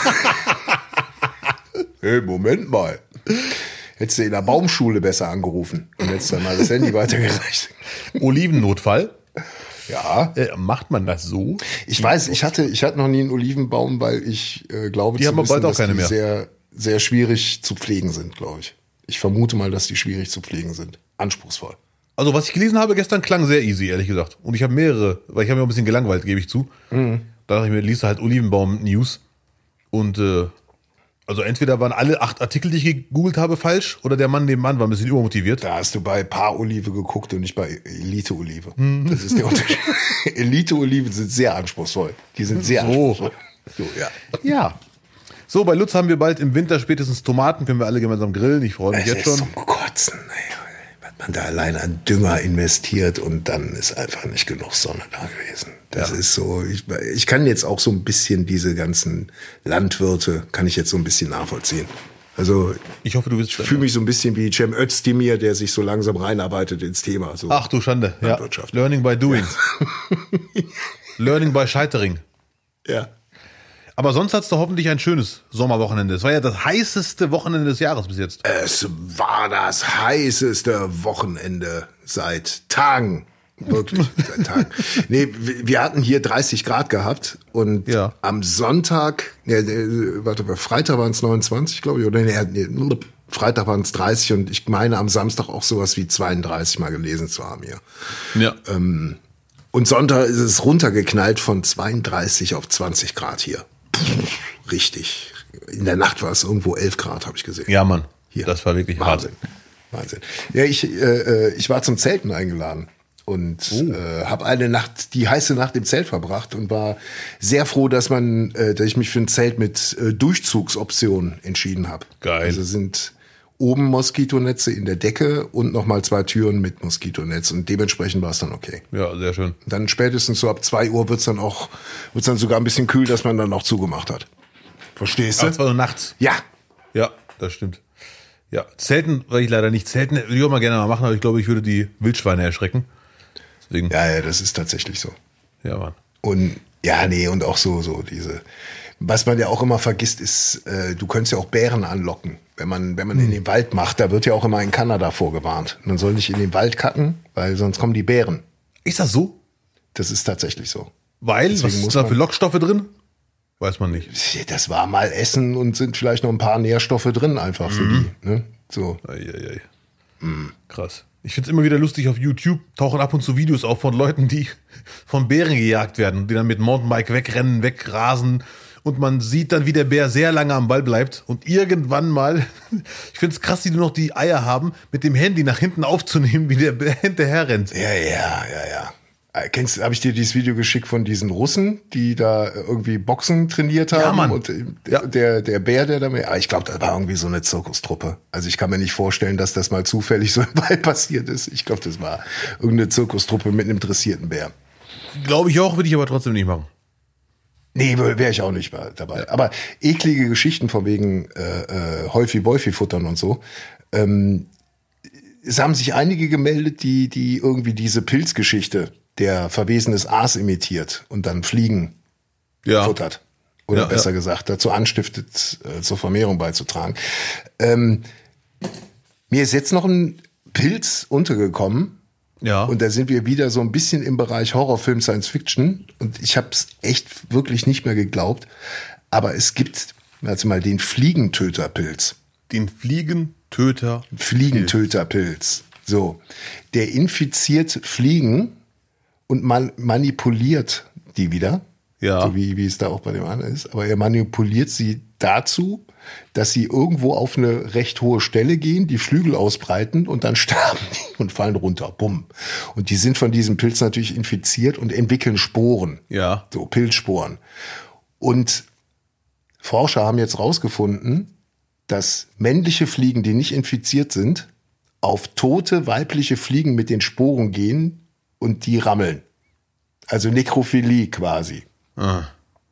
Hey, Moment mal. Hättest du in der Baumschule besser angerufen und hättest dann mal das Handy weitergereicht. Olivennotfall? Ja. Macht man das so? Ich weiß, ich hatte noch nie einen Olivenbaum, weil ich glaube Die haben wir bald auch keine mehr. sehr, sehr schwierig zu pflegen sind, glaube ich. Ich vermute mal, dass die schwierig zu pflegen sind. Anspruchsvoll. Also was ich gelesen habe gestern, klang sehr easy, ehrlich gesagt. Und ich habe mehrere, weil ich habe mich auch ein bisschen gelangweilt, gebe ich zu. Da dachte ich mir, liest halt Olivenbaum-News. Und also entweder waren alle 8 Artikel, die ich gegoogelt habe, falsch, oder der Mann nebenan war ein bisschen übermotiviert. Da hast du bei Paar-Olive geguckt und nicht bei Elite-Olive. Das ist der Unterschied. Elite-Oliven sind sehr anspruchsvoll. Die sind sehr anspruchsvoll. So, ja. Ja. So, bei Lutz haben wir bald im Winter spätestens Tomaten, können wir alle gemeinsam grillen. Ich freue mich Es jetzt ist schon. zum Kotzen, ey. Was man da allein an Dünger investiert und dann ist einfach nicht genug Sonne da gewesen. Das ist so, ich kann jetzt auch so ein bisschen diese ganzen Landwirte, kann ich jetzt so ein bisschen nachvollziehen. Also Ich hoffe, du wirst ich fühle mich so ein bisschen wie Cem Özdemir, der sich so langsam reinarbeitet ins Thema. So. Ach du Schande. Ja. Landwirtschaft. Learning by doing. Learning by Scheitering. Ja. Aber sonst hat's doch hoffentlich ein schönes Sommerwochenende. Es war ja das heißeste Wochenende des Jahres bis jetzt. Es war das heißeste Wochenende seit Tagen. Wirklich, seit Tagen. Nee, wir hatten hier 30 Grad gehabt und Ja. am Sonntag, Freitag waren es 29, glaube ich, oder Freitag waren es 30 und ich meine am Samstag auch sowas wie 32 mal gelesen zu haben hier. Ja. Und Sonntag ist es runtergeknallt von 32 auf 20 Grad hier. Richtig. In der Nacht war es irgendwo 11 Grad, habe ich gesehen. Ja, Mann. Hier. Das war wirklich Wahnsinn. Wahnsinn. Ja, ich war zum Zelten eingeladen und habe eine Nacht, die heiße Nacht im Zelt verbracht und war sehr froh, dass ich mich für ein Zelt mit Durchzugsoption entschieden habe. Geil. Also sind oben Moskitonetze in der Decke und nochmal 2 Türen mit Moskitonetz und dementsprechend war es dann okay. Ja, sehr schön. Dann spätestens so ab 2 Uhr wird's dann sogar ein bisschen kühl, dass man dann auch zugemacht hat. Verstehst du? Aber es war nur nachts. Ja. Ja, das stimmt. Ja, Zelten, weil ich leider nicht Zelten, würde ich auch mal gerne mal machen, aber ich glaube, ich würde die Wildschweine erschrecken. Deswegen, Ja, das ist tatsächlich so. ja, Mann. Und und auch so diese. Was man ja auch immer vergisst, ist, du könntest ja auch Bären anlocken. Wenn man in den Wald macht, da wird ja auch immer in Kanada vorgewarnt. Man soll nicht in den Wald kacken, weil sonst kommen die Bären. Ist das so? Das ist tatsächlich so. Weil, Deswegen was ist muss da man- für Lockstoffe drin? Weiß man nicht. Das war mal Essen und sind vielleicht noch ein paar Nährstoffe drin einfach für die. Ne? So. Eieiei. Krass. Ich find's immer wieder lustig, auf YouTube tauchen ab und zu Videos auf von Leuten, die von Bären gejagt werden, die dann mit Mountainbike wegrennen, wegrasen und man sieht dann, wie der Bär sehr lange am Ball bleibt und irgendwann mal, ich find's krass, die nur noch die Eier haben, mit dem Handy nach hinten aufzunehmen, wie der Bär hinterher rennt. Ja. Habe ich dir dieses Video geschickt von diesen Russen, die da irgendwie Boxen trainiert haben? Ja, Mann. Und Ja. der Bär, der da ich glaube, das war irgendwie so eine Zirkustruppe. Also ich kann mir nicht vorstellen, dass das mal zufällig so im Wald passiert ist. Ich glaube, das war irgendeine Zirkustruppe mit einem dressierten Bär. Glaube ich auch, würde ich aber trotzdem nicht machen. Nee, wäre ich auch nicht mal dabei. Aber eklige Geschichten von wegen Häufi-Bäufi-Futtern und so. Es haben sich einige gemeldet, die irgendwie diese Pilzgeschichte, der verwesenes Aas imitiert und dann Fliegen Ja. futtert. Oder Ja, besser ja. gesagt, dazu anstiftet, zur Vermehrung beizutragen. Mir ist jetzt noch ein Pilz untergekommen. Ja. Und da sind wir wieder so ein bisschen im Bereich Horrorfilm, Science Fiction. Und ich habe es echt wirklich nicht mehr geglaubt. Aber es gibt, also mal den Fliegentöterpilz. Den Fliegentöter. Fliegentöterpilz. So. Der infiziert Fliegen und manipuliert die wieder. Ja. So wie es da auch bei dem anderen ist. Aber er manipuliert sie dazu, dass sie irgendwo auf eine recht hohe Stelle gehen, die Flügel ausbreiten und dann sterben die und fallen runter. Bumm. Und die sind von diesem Pilz natürlich infiziert und entwickeln Sporen. Ja. So Pilzsporen. Und Forscher haben jetzt rausgefunden, dass männliche Fliegen, die nicht infiziert sind, auf tote weibliche Fliegen mit den Sporen gehen und die rammeln. Also Nekrophilie quasi. Ah.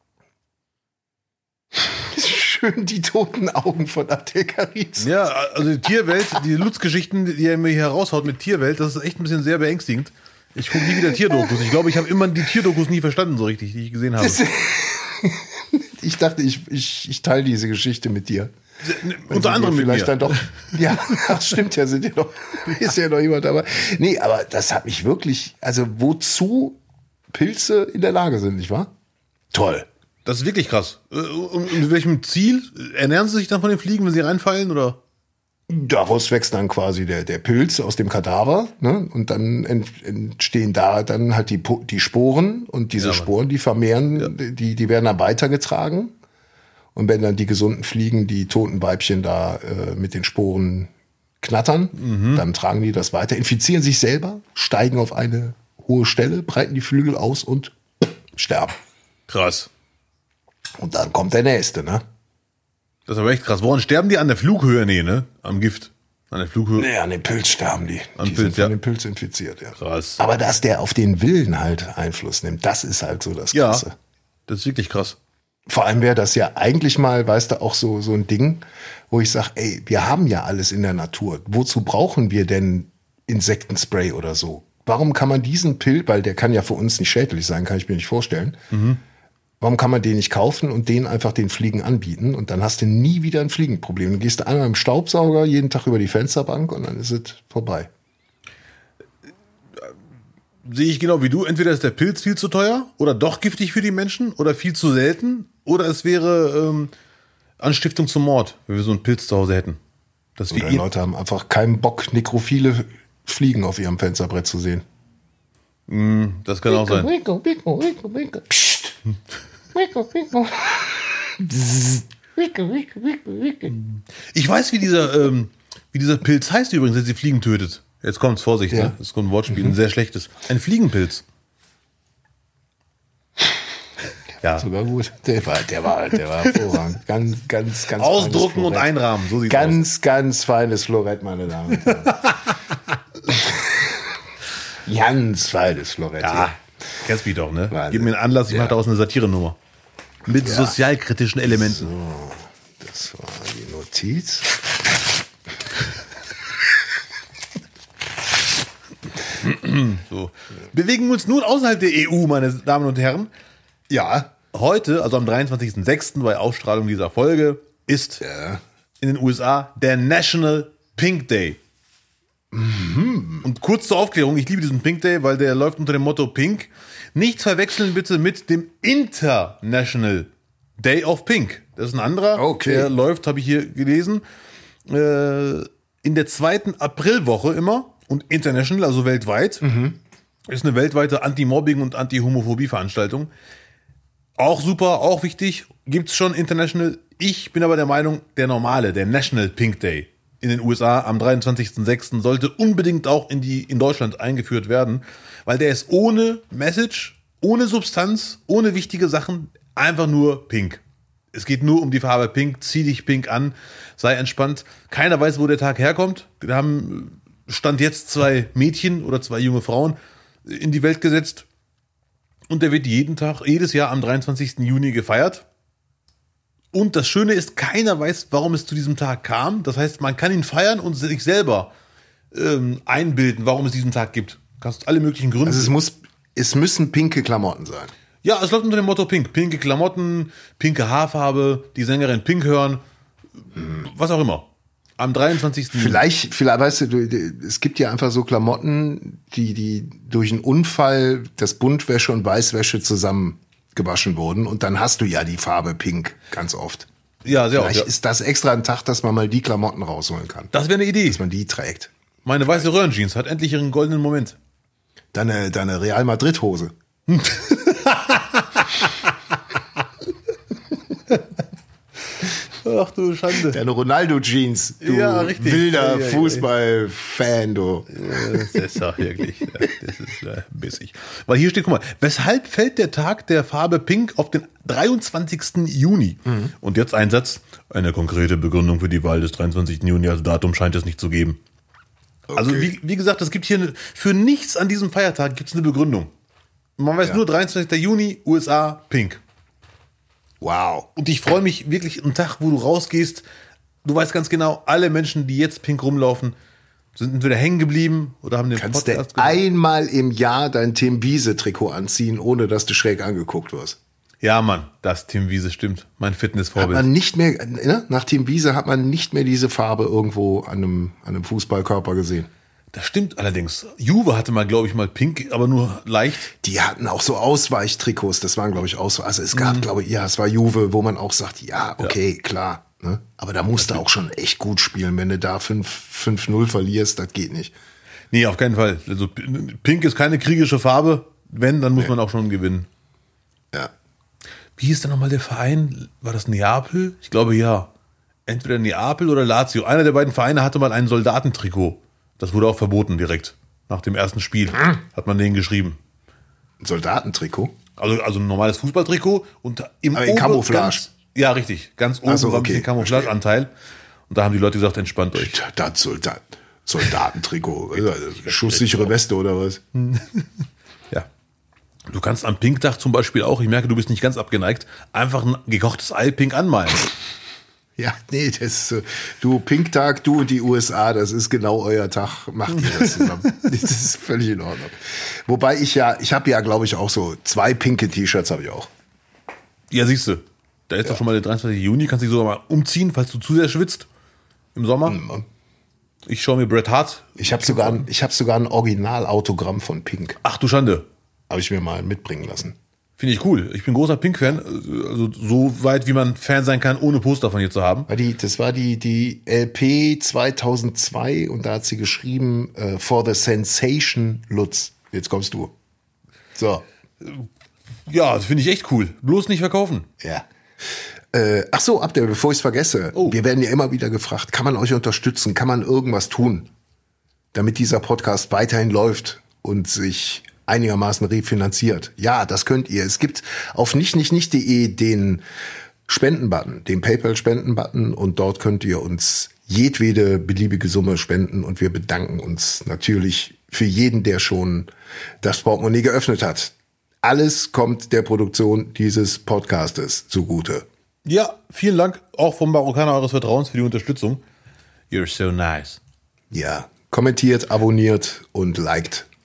Schön die toten Augen von Abdel Karim. Ja, also die Tierwelt, die Lutz-Geschichten, die er mir hier heraushaut mit Tierwelt, das ist echt ein bisschen sehr beängstigend. Ich gucke nie wieder Tierdokus. Ich glaube, ich habe immer die Tierdokus nie verstanden, so richtig, die ich gesehen habe. Ich dachte, ich teile diese Geschichte mit dir. Unter anderem mit vielleicht mir. dann doch. Ja, das stimmt ja, ist ja noch jemand dabei. Nee, aber das hat mich wirklich, also wozu Pilze in der Lage sind, nicht wahr? Toll. Das ist wirklich krass. Und mit welchem Ziel? Ernähren sie sich dann von den Fliegen, wenn sie reinfallen, oder? Daraus wächst dann quasi der Pilz aus dem Kadaver, ne? Und dann entstehen da dann halt die Sporen und diese Ja, Sporen, die vermehren, die werden dann weitergetragen. Und wenn dann die gesunden Fliegen die toten Weibchen da mit den Sporen knattern, dann tragen die das weiter, infizieren sich selber, steigen auf eine hohe Stelle, breiten die Flügel aus und sterben. Krass. Und dann kommt der nächste, ne? Das ist aber echt krass. Woran sterben die? An der Flughöhe? Nee, ne? Am Gift. An der Flughöhe. Nee, an dem Pilz sterben die. An Die Pilz, sind von ja. dem Pilz infiziert, ja. Krass. Aber dass der auf den Willen halt Einfluss nimmt, das ist halt so das Ja, Krasse. das ist wirklich krass. Vor allem wäre das ja eigentlich mal, weißt du, auch so ein Ding, wo ich sage, ey, wir haben ja alles in der Natur. Wozu brauchen wir denn Insektenspray oder so? Warum kann man diesen Pilz, weil der kann ja für uns nicht schädlich sein, kann ich mir nicht vorstellen. Warum kann man den nicht kaufen und den einfach den Fliegen anbieten? Und dann hast du nie wieder ein Fliegenproblem. Du gehst einmal im Staubsauger jeden Tag über die Fensterbank und dann ist es vorbei. Sehe ich genau wie du. Entweder ist der Pilz viel zu teuer oder doch giftig für die Menschen oder viel zu selten oder es wäre Anstiftung zum Mord, wenn wir so einen Pilz zu Hause hätten. Dass wir Oder Leute haben einfach keinen Bock, nekrophile Fliegen auf ihrem Fensterbrett zu sehen. Das kann auch sein. Psst. Ich weiß, wie dieser Pilz heißt übrigens, der die Fliegen tötet. Jetzt kommt's, Vorsicht, Ja. ne? Das kommt ein Wortspiel, ein sehr schlechtes. Ein Fliegenpilz. Ja. Sogar gut. Der war hervorragend. Ganz Ausdrucken feines und Florett. einrahmen, so sieht's aus. Ganz feines Florett, meine Damen und Herren. Ganz feines Florett. Ja, kennst mich doch, ne? Wahnsinn. Gib mir einen Anlass, ich Ja. mache daraus eine Satirenummer. Mit sozialkritischen Elementen. Das war die So. Bewegen wir uns nun außerhalb der EU, meine Damen und Herren. Ja. Heute, also am 23.06. bei Ausstrahlung dieser Folge, ist in den USA der National Pink Day. Und kurz zur Aufklärung, ich liebe diesen Pink Day, weil der läuft unter dem Motto Pink. Nicht verwechseln bitte mit dem International Day of Pink. Das ist ein anderer, der läuft, habe ich hier gelesen, in der 2. Aprilwoche immer und international, also weltweit. Ist eine weltweite Anti-Mobbing- und Anti-Homophobie-Veranstaltung. Auch super, auch wichtig, gibt's schon international. Ich bin aber der Meinung, der National Pink Day in den USA am 23.06. sollte unbedingt auch in Deutschland eingeführt werden, weil der ist ohne Message, ohne Substanz, ohne wichtige Sachen, einfach nur pink. Es geht nur um die Farbe pink, zieh dich pink an, sei entspannt. Keiner weiß, wo der Tag herkommt. Wir haben Stand jetzt 2 Mädchen oder 2 junge Frauen in die Welt gesetzt und der wird jedes Jahr am 23. Juni gefeiert. Und das Schöne ist, keiner weiß, warum es zu diesem Tag kam. Das heißt, man kann ihn feiern und sich selber einbilden, warum es diesen Tag gibt. Kannst alle möglichen Gründe. Also es müssen pinke Klamotten sein. Ja, es läuft unter dem Motto Pink. Pinke Klamotten, pinke Haarfarbe, die Sängerin Pink hören, was auch immer. Am 23. Vielleicht, weißt du, es gibt ja einfach so Klamotten, die durch einen Unfall das Buntwäsche und Weißwäsche zusammen gewaschen wurden und dann hast du ja die Farbe Pink ganz oft. Ja, sehr oft. Vielleicht ist das extra ein Tag, dass man mal die Klamotten rausholen kann. Das wäre eine Idee. Dass man die trägt. Meine weiße Röhrenjeans hat endlich ihren goldenen Moment. Deine Real Madrid Hose. Ach du Schande. Deine Ronaldo Jeans. Du richtig. Wilder Fußballfan, du. Das ist doch wirklich, das ist bissig. Weil hier steht, guck mal, weshalb fällt der Tag der Farbe Pink auf den 23. Juni? Und jetzt ein Satz, eine konkrete Begründung für die Wahl des 23. Juni als Datum scheint es nicht zu geben. Okay. Also wie gesagt, es gibt hier für nichts an diesem Feiertag gibt es eine Begründung. Man weiß nur 23. Juni, USA, Pink. Wow. Und ich freue mich wirklich, einen Tag, wo du rausgehst, du weißt ganz genau, alle Menschen, die jetzt pink rumlaufen, sind entweder hängen geblieben oder haben den Podcast Podcast gemacht. Einmal im Jahr dein Tim Wiese-Trikot anziehen, ohne dass du schräg angeguckt wirst. Ja, Mann, das Tim Wiese stimmt. Mein Fitnessvorbild. Hat man nicht mehr, nach Tim Wiese hat man nicht mehr diese Farbe irgendwo an einem Fußballkörper gesehen. Das stimmt allerdings. Juve hatte mal, glaube ich, mal pink, aber nur leicht. Die hatten auch so Ausweichtrikots, das waren, glaube ich, also es gab, glaube ich, es war Juve, wo man auch sagt, klar. Ne? Aber da musst du auch schon echt gut spielen, wenn du da 5-0 verlierst, das geht nicht. Nee, auf keinen Fall. Also pink ist keine kriegerische Farbe. Wenn, dann muss man auch schon gewinnen. Ja. Wie hieß denn nochmal der Verein? War das Neapel? Ich glaube, ja. Entweder Neapel oder Lazio. Einer der beiden Vereine hatte mal ein Soldatentrikot. Das wurde auch verboten direkt. Nach dem ersten Spiel hat man denen geschrieben. Ein Soldatentrikot? Also ein normales Fußballtrikot und im aber in Camouflage. Ja, richtig. Ganz oben war ein bisschen Camouflage-Anteil. Und da haben die Leute gesagt, entspannt euch. Das Soldatentrikot. Schusssichere Weste oder was? Ja. Du kannst am Pinktag zum Beispiel auch, ich merke, du bist nicht ganz abgeneigt, einfach ein gekochtes Ei pink anmalen. Ja, nee, du Pinktag, du und die USA, das ist genau euer Tag, macht ihr das zusammen. Das ist völlig in Ordnung. Wobei ich habe ja, glaube ich, auch so 2 pinke T-Shirts habe ich auch. Ja, siehst du, da ist doch schon mal der 23. Juni, kannst dich sogar mal umziehen, falls du zu sehr schwitzt im Sommer. Mhm. Ich schaue mir Bret Hart. Ich habe sogar ein Originalautogramm von Pink. Ach du Schande. Habe ich mir mal mitbringen lassen. Finde ich cool. Ich bin großer Pink-Fan. Also so weit, wie man Fan sein kann, ohne Poster von ihr zu haben. Das war die LP 2002 und da hat sie geschrieben, For the Sensation Lutz. Jetzt kommst du. So. Ja, das finde ich echt cool. Bloß nicht verkaufen. Ja. Ach so, Abdel, bevor ich es vergesse. Oh. Wir werden ja immer wieder gefragt, kann man euch unterstützen? Kann man irgendwas tun, damit dieser Podcast weiterhin läuft und sich einigermaßen refinanziert? Ja, das könnt ihr. Es gibt auf nicht.de den Spendenbutton, den PayPal-Spendenbutton und dort könnt ihr uns jedwede beliebige Summe spenden und wir bedanken uns natürlich für jeden, der schon das Portemonnaie geöffnet hat. Alles kommt der Produktion dieses Podcastes zugute. Ja, vielen Dank auch vom Marokkaner eures Vertrauens für die Unterstützung. You're so nice. Ja, kommentiert, abonniert und liked.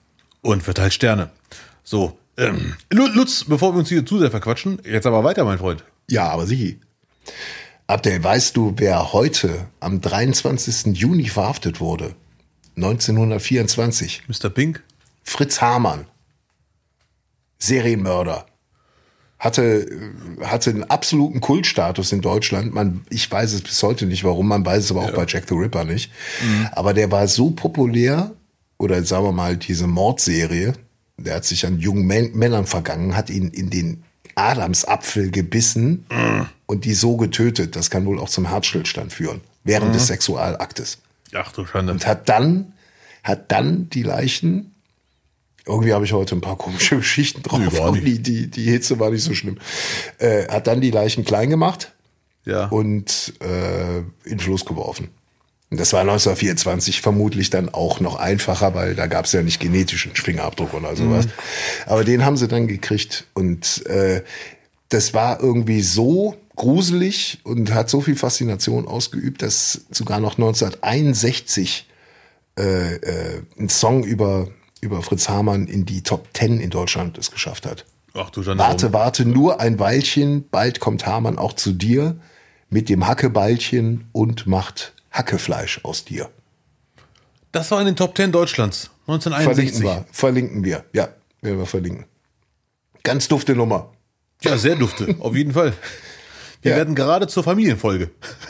und verteilt Sterne. So, Lutz, bevor wir uns hier zu sehr verquatschen, jetzt aber weiter, mein Freund. Ja, aber Sigi, Abdel, weißt du, wer heute am 23. Juni verhaftet wurde? 1924. Mr. Pink? Fritz Hamann. Serienmörder. Hatte einen absoluten Kultstatus in Deutschland. Ich weiß es bis heute nicht, warum, man weiß es aber auch bei Jack the Ripper nicht. Aber der war so populär, oder sagen wir mal, diese Mordserie, der hat sich an jungen Männern vergangen, hat ihn in den Adamsapfel gebissen und die so getötet. Das kann wohl auch zum Herzstillstand führen, während des Sexualaktes. Ach du Schande. Und hat dann die Leichen. Irgendwie habe ich heute ein paar komische Geschichten drauf. Aber die Hitze war nicht so schlimm. Hat dann die Leichen klein gemacht und in den Fluss geworfen. Und das war 1924 vermutlich dann auch noch einfacher, weil da gab es ja nicht genetischen Fingerabdruck oder sowas. Aber den haben sie dann gekriegt. Und das war irgendwie so gruselig und hat so viel Faszination ausgeübt, dass sogar noch 1961 ein Song über Fritz Hamann in die Top 10 in Deutschland es geschafft hat. Ach du Schande. Warte, nur ein Weilchen, bald kommt Hamann auch zu dir mit dem Hackebeilchen und macht Hackefleisch aus dir. Das war in den Top 10 Deutschlands, 1961. Verlinken wir. Ja, werden wir verlinken. Ganz dufte Nummer. Ja, sehr dufte, auf jeden Fall. Wir werden gerade zur Familienfolge.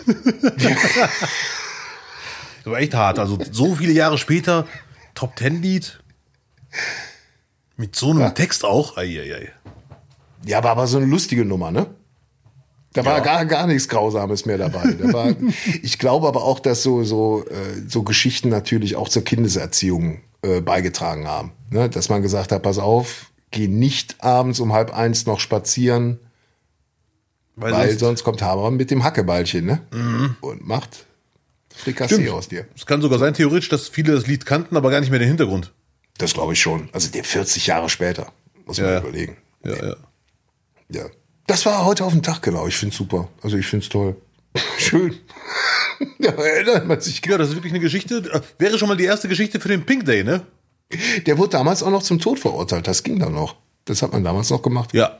Das war echt hart. Also so viele Jahre später, Top 10 Lied. Mit so einem Text auch. Eieiei. Ja, aber so eine lustige Nummer, ne? Da war gar nichts Grausames mehr dabei. Ich glaube aber auch, dass so Geschichten natürlich auch zur Kindeserziehung beigetragen haben. Ne? Dass man gesagt hat, pass auf, geh nicht abends um 12:30 noch spazieren, weil sonst kommt Hamann mit dem Hackebeilchen, ne? Und macht Frikassee aus dir. Es kann sogar sein, theoretisch, dass viele das Lied kannten, aber gar nicht mehr den Hintergrund. Das glaube ich schon. Also der 40 Jahre später, muss man überlegen. Ja. Das war heute auf den Tag, genau. Ich finde es super. Also ich finde es toll. Schön. Da erinnert man sich. Ja, das ist wirklich eine Geschichte. Wäre schon mal die erste Geschichte für den Pink Day, ne? Der wurde damals auch noch zum Tod verurteilt. Das ging dann noch. Das hat man damals noch gemacht. Ja.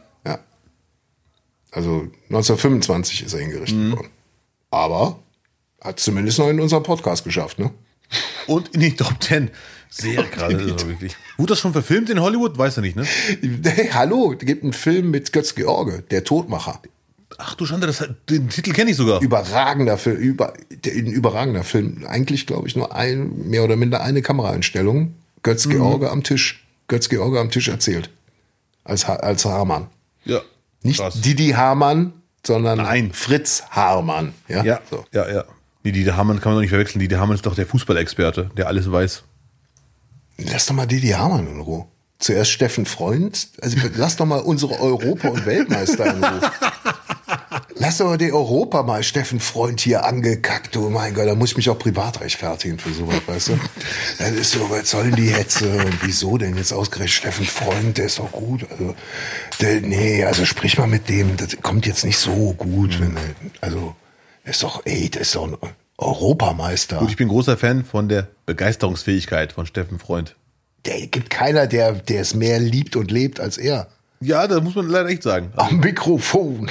Also 1925 ist er hingerichtet worden. Aber hat zumindest noch in unserem Podcast geschafft, ne? Und in die Top 10. Sehr krass, also wirklich. Wurde das schon verfilmt in Hollywood? Weiß er nicht, ne? Hey, hallo, es gibt einen Film mit Götz George, Der Todmacher. Ach du Schande, den Titel kenne ich sogar. Überragender Film, ein überragender Film. Eigentlich, glaube ich, nur mehr oder minder eine Kameraeinstellung. Götz George am Tisch. Götz George am Tisch erzählt. Als Hamann. Ja. Nicht krass. Didi Hamann, sondern Fritz Hamann. Ja. So. Ja. Didi Hamann kann man doch nicht verwechseln. Didi Hamann ist doch der Fußballexperte, der alles weiß. Lass doch mal Didi Hamann in Ruhe. Zuerst Steffen Freund. Also lass doch mal unsere Europa- und Weltmeister in Ruhe. Lass doch mal den Europameister Steffen Freund hier angekackt. Oh mein Gott, da muss ich mich auch privat rechtfertigen für sowas, weißt du? Das ist so, was soll denn die Hetze? Und wieso denn jetzt ausgerechnet Steffen Freund? Der ist doch gut. Also sprich mal mit dem. Das kommt jetzt nicht so gut. Das ist doch ein Europameister. Gut, ich bin großer Fan von der Begeisterungsfähigkeit von Steffen Freund. Der gibt keiner, der es mehr liebt und lebt als er. Ja, das muss man leider echt sagen. Am Mikrofon.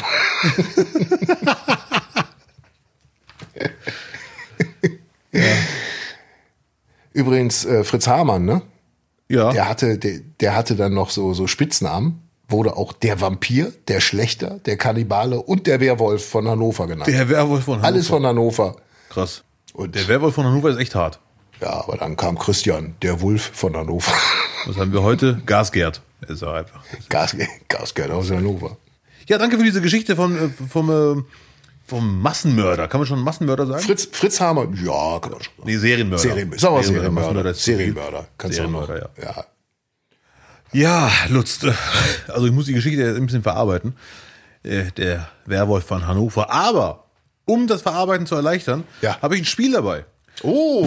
Übrigens, Fritz Hamann, ne? Ja. Der hatte dann noch so Spitznamen. Wurde auch der Vampir, der Schlächter, der Kannibale und der Werwolf von Hannover genannt. Der Werwolf von Hannover. Alles von Hannover. Krass. Und der Werwolf von Hannover ist echt hart. Ja, aber dann kam Christian, der Wolf von Hannover. Was haben wir heute? Gasgerd. Ist auch einfach. Gasgerd aus Hannover. Ja, danke für diese Geschichte vom Massenmörder. Kann man schon Massenmörder sagen? Fritz Hamann, ja, kann man schon. Nee, Serienmörder. Serienmörder. Kannst du auch noch. Ja. Ja, Lutz, also ich muss die Geschichte ein bisschen verarbeiten. Der Werwolf von Hannover. Aber, um das Verarbeiten zu erleichtern, habe ich ein Spiel dabei. Oh!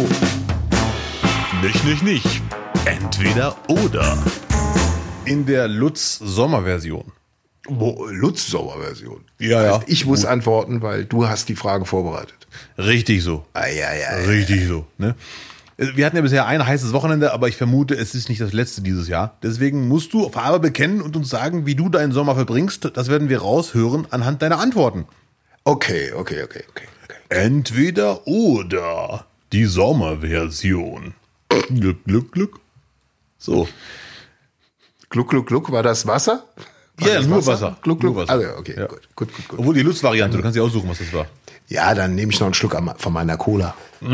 Nicht. Entweder oder. In der Lutz-Sommerversion. Lutz-Sommerversion. Ja. Ich muss antworten, weil du hast die Fragen vorbereitet. Richtig so. Ja. Richtig so. Ne? Wir hatten ja bisher ein heißes Wochenende, aber ich vermute, es ist nicht das letzte dieses Jahr. Deswegen musst du Farbe bekennen und uns sagen, wie du deinen Sommer verbringst. Das werden wir raushören anhand deiner Antworten. Okay. Entweder oder. Die Sommerversion. Glück. So. Gluck, war das Wasser? Ja, nur Wasser. Gluck. Nur Wasser. Also, okay, Ja. gut. Obwohl die Lutz-Variante, du kannst dir aussuchen, was das war. Ja, dann nehme ich noch einen Schluck von meiner Cola.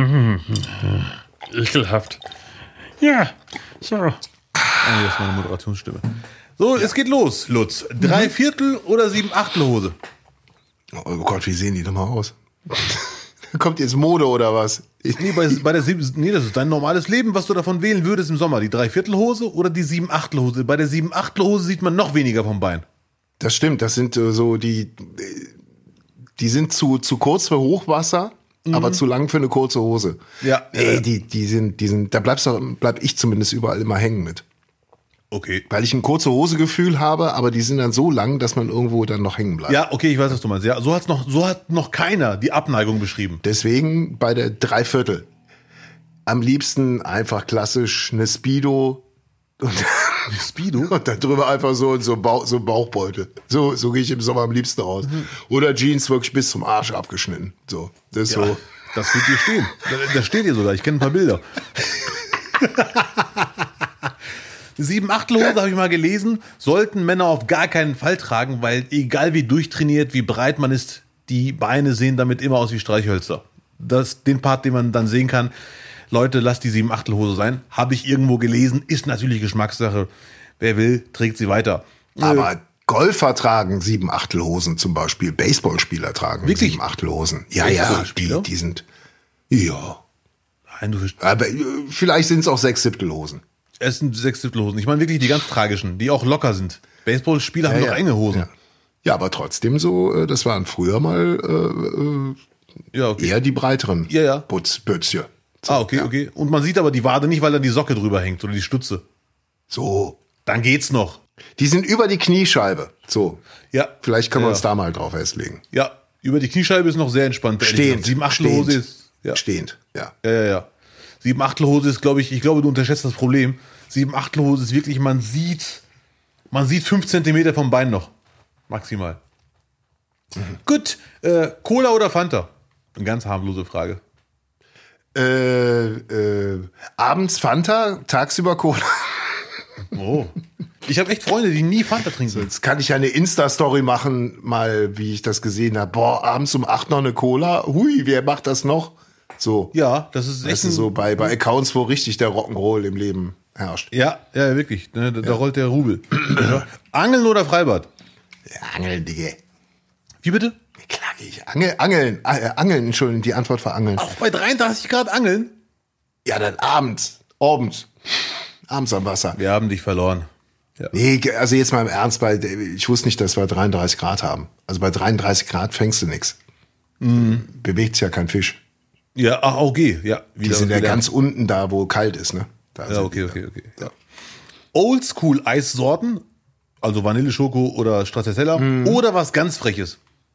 Ekelhaft. Ja, so. Ah, das ist meine Moderationsstimme. So, es geht los, Lutz. 3/4 oder 7/8 Hose? Oh Gott, wie sehen die nochmal aus? Kommt jetzt Mode oder was? Nee, das ist dein normales Leben, was du davon wählen würdest im Sommer. Die 3/4 Hose oder die 7/8 Hose? Bei der 7/8 Hose sieht man noch weniger vom Bein. Das stimmt, das sind so die sind zu kurz für Hochwasser, aber zu lang für eine kurze Hose. Ja. Nee, die sind, da bleib ich zumindest überall immer hängen mit. Okay. Weil ich ein kurze Hose-Gefühl habe, aber die sind dann so lang, dass man irgendwo dann noch hängen bleibt. Ja, okay, ich weiß, was du meinst. Ja, so hat noch keiner die Abneigung beschrieben. Deswegen bei der 3/4 am liebsten einfach klassisch eine Speedo und Speedo? und dann drüber einfach so ein Bauchbeutel. So gehe ich im Sommer am liebsten aus. Oder Jeans wirklich bis zum Arsch abgeschnitten. So, das ist Ja, so. das wird dir stehen. Das steht dir sogar. Ich kenne ein paar Bilder. 7/8 Hose habe ich mal gelesen, sollten Männer auf gar keinen Fall tragen, weil egal wie durchtrainiert, wie breit man ist, die Beine sehen damit immer aus wie Streichhölzer. Den Part, den man dann sehen kann, Leute, lasst die 7/8 Hose sein. Habe ich irgendwo gelesen, ist natürlich Geschmackssache. Wer will, trägt sie weiter. Aber Golfer tragen 7/8 Hosen zum Beispiel. Baseballspieler tragen Wirklich? 7/8 Hosen. Ja, Baseballspieler? die sind, ja. Nein, Aber vielleicht sind es auch 6/7 Hosen. es sind 6/7 Hosen. Ich meine wirklich die ganz tragischen, die auch locker sind. Baseballspieler haben doch enge Hosen. Ja, aber trotzdem so, das waren früher mal Ja, okay. eher die breiteren Ja. Bötzchen. So, Okay. Und man sieht aber die Wade nicht, weil da die Socke drüber hängt oder die Stütze. So. Dann geht's noch. Die sind über die Kniescheibe. So. Ja. Vielleicht können wir Ja. uns da mal drauf festlegen. Ja, über die Kniescheibe ist noch sehr entspannt. Stehend. 7/8 Hose ist. Ja. Stehend, ja. Ja. 7/8 Hose ist, glaube ich du unterschätzt das Problem. 7/8 Hose ist wirklich, man sieht 5 Zentimeter vom Bein noch. Maximal. Gut, Cola oder Fanta? Eine ganz harmlose Frage. Abends Fanta, tagsüber Cola. Oh. Ich habe echt Freunde, die nie Fanta trinken. Jetzt kann ich ja eine Insta-Story machen, mal wie ich das gesehen habe. Boah, abends um 8 noch eine Cola. Hui, wer macht das noch? So. Ja, das ist echt Weißt du, so bei Accounts, wo richtig der Rock'n'Roll im Leben herrscht. Ja, wirklich. Ne, da rollt der Rubel. Ja. Angeln oder Freibad? Angeln, Digga. Wie bitte? Klage ich. Angeln, Entschuldigung, die Antwort war Angeln. Auch bei 33 Grad angeln? Ja, dann abends am Wasser. Wir haben dich verloren. Ja. Nee, also jetzt mal im Ernst, ich wusste nicht, dass wir 33 Grad haben. Also bei 33 Grad fängst du nix. Bewegt sich ja kein Fisch. Ja, ach, okay. Ja, Die sind ja ganz unten da, wo kalt ist, ne? Da Ja, sind okay. die. Ja. Oldschool-Eissorten, also Vanille, Schoko oder Stracciatella, oder was ganz Freches,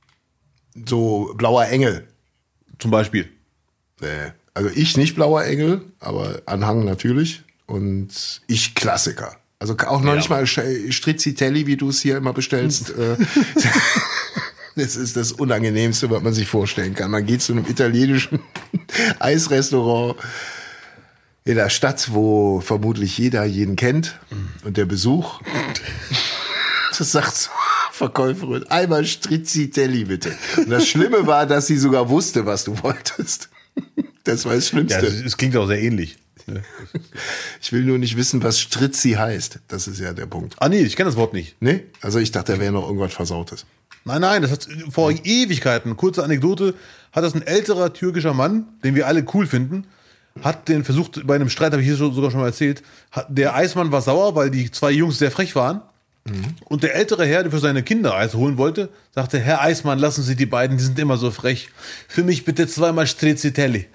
So blauer Engel. zum Beispiel. Also ich nicht blauer Engel, aber Anhang natürlich. Und ich Klassiker. Also auch noch nicht mal Stracciatelli, wie du es hier immer bestellst. Das ist das Unangenehmste, was man sich vorstellen kann. Man geht zu einem italienischen Eisrestaurant in der Stadt, wo vermutlich jeder jeden kennt. Und der Besuch, das sagt so, Verkäuferin, einmal Stracciatelli bitte. Und das Schlimme war, dass sie sogar wusste, was du wolltest. Das war das Schlimmste. Ja, es klingt auch sehr ähnlich. Ich will nur nicht wissen, was Strizzi heißt. Das ist ja der Punkt. Ah nee, ich kenne das Wort nicht. Nee? Also ich dachte, da wäre noch irgendwas Versautes. Nein, das hat vor Ewigkeiten, kurze Anekdote, hat das ein älterer türkischer Mann, den wir alle cool finden, hat den versucht, bei einem Streit, habe ich hier sogar schon mal erzählt, der Eismann war sauer, weil die zwei Jungs sehr frech waren. Und der ältere Herr, der für seine Kinder Eis holen wollte, sagte, Herr Eismann, lassen Sie die beiden, die sind immer so frech. Für mich bitte 2-mal Stracciatelli.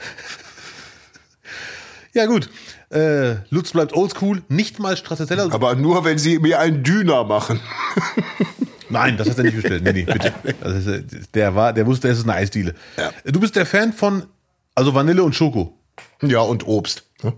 Ja gut, Lutz bleibt oldschool, nicht mal Stracciatella. Aber nur, wenn sie mir einen Döner machen. Nein, das hat er nicht bestellt. Nee, bitte. Also, der wusste, es ist eine Eisdiele. Ja. Du bist der Fan von, also Vanille und Schoko. Ja, und Obst.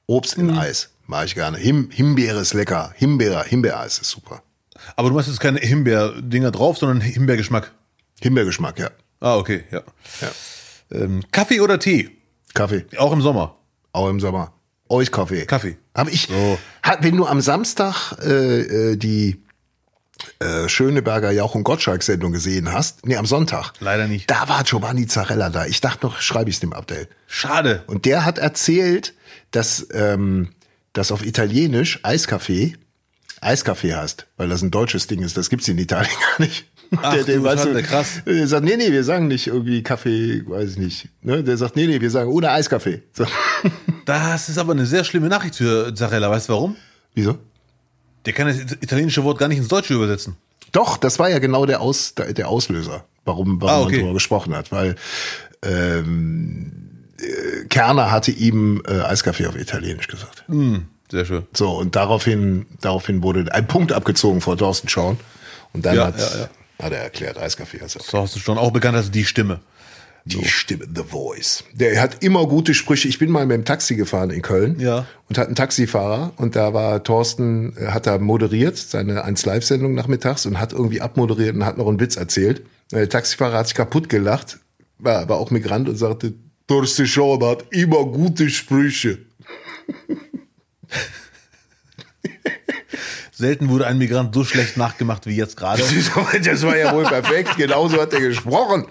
Obst in Eis. Mag ich gerne. Himbeere ist lecker. Himbeereis ist super. Aber du machst jetzt keine Himbeerdinger drauf, sondern Himbeergeschmack. Himbeergeschmack, ja. Ah, okay, ja. Ja. Kaffee oder Tee? Kaffee. Auch im Sommer. Auch im Sommer. Euch Kaffee. Kaffee. Aber ich, So. wenn du am Samstag die Schöneberger Jauch und Gottschalk-Sendung gesehen hast, am Sonntag. Leider nicht. Da war Giovanni Zarella da. Ich dachte noch, schreibe ich es dem Abdel. Schade. Und der hat erzählt, dass auf Italienisch Eiskaffee heißt, weil das ein deutsches Ding ist. Das gibt's in Italien gar nicht. Ach, Schande, krass. Der sagt, nee, wir sagen nicht irgendwie Kaffee, weiß ich nicht. Ne? Der sagt, nee, wir sagen ohne Eiskaffee. So. Das ist aber eine sehr schlimme Nachricht für Zarella. Weißt du warum? Wieso? Der kann das italienische Wort gar nicht ins Deutsche übersetzen. Doch, das war ja genau der Auslöser, warum okay. man darüber gesprochen hat. Weil Kerner hatte ihm Eiskaffee auf Italienisch gesagt. Sehr schön. So, und daraufhin wurde ein Punkt abgezogen vor Thorsten Schauen. Und dann hat er erklärt, Eiskaffee. Also So hast du schon auch bekannt als die Stimme. die Stimme, The Voice. Der hat immer gute Sprüche. Ich bin mal mit dem Taxi gefahren in Köln und hatte einen Taxifahrer. Und da war Thorsten, hat da moderiert, seine 1Live-Sendung nachmittags und hat irgendwie abmoderiert und hat noch einen Witz erzählt. Der Taxifahrer hat sich kaputt gelacht, war auch Migrant und sagte, Thorsten Schauen hat immer gute Sprüche. Selten wurde ein Migrant so schlecht nachgemacht wie jetzt gerade. Das war ja wohl perfekt. Genauso hat er gesprochen.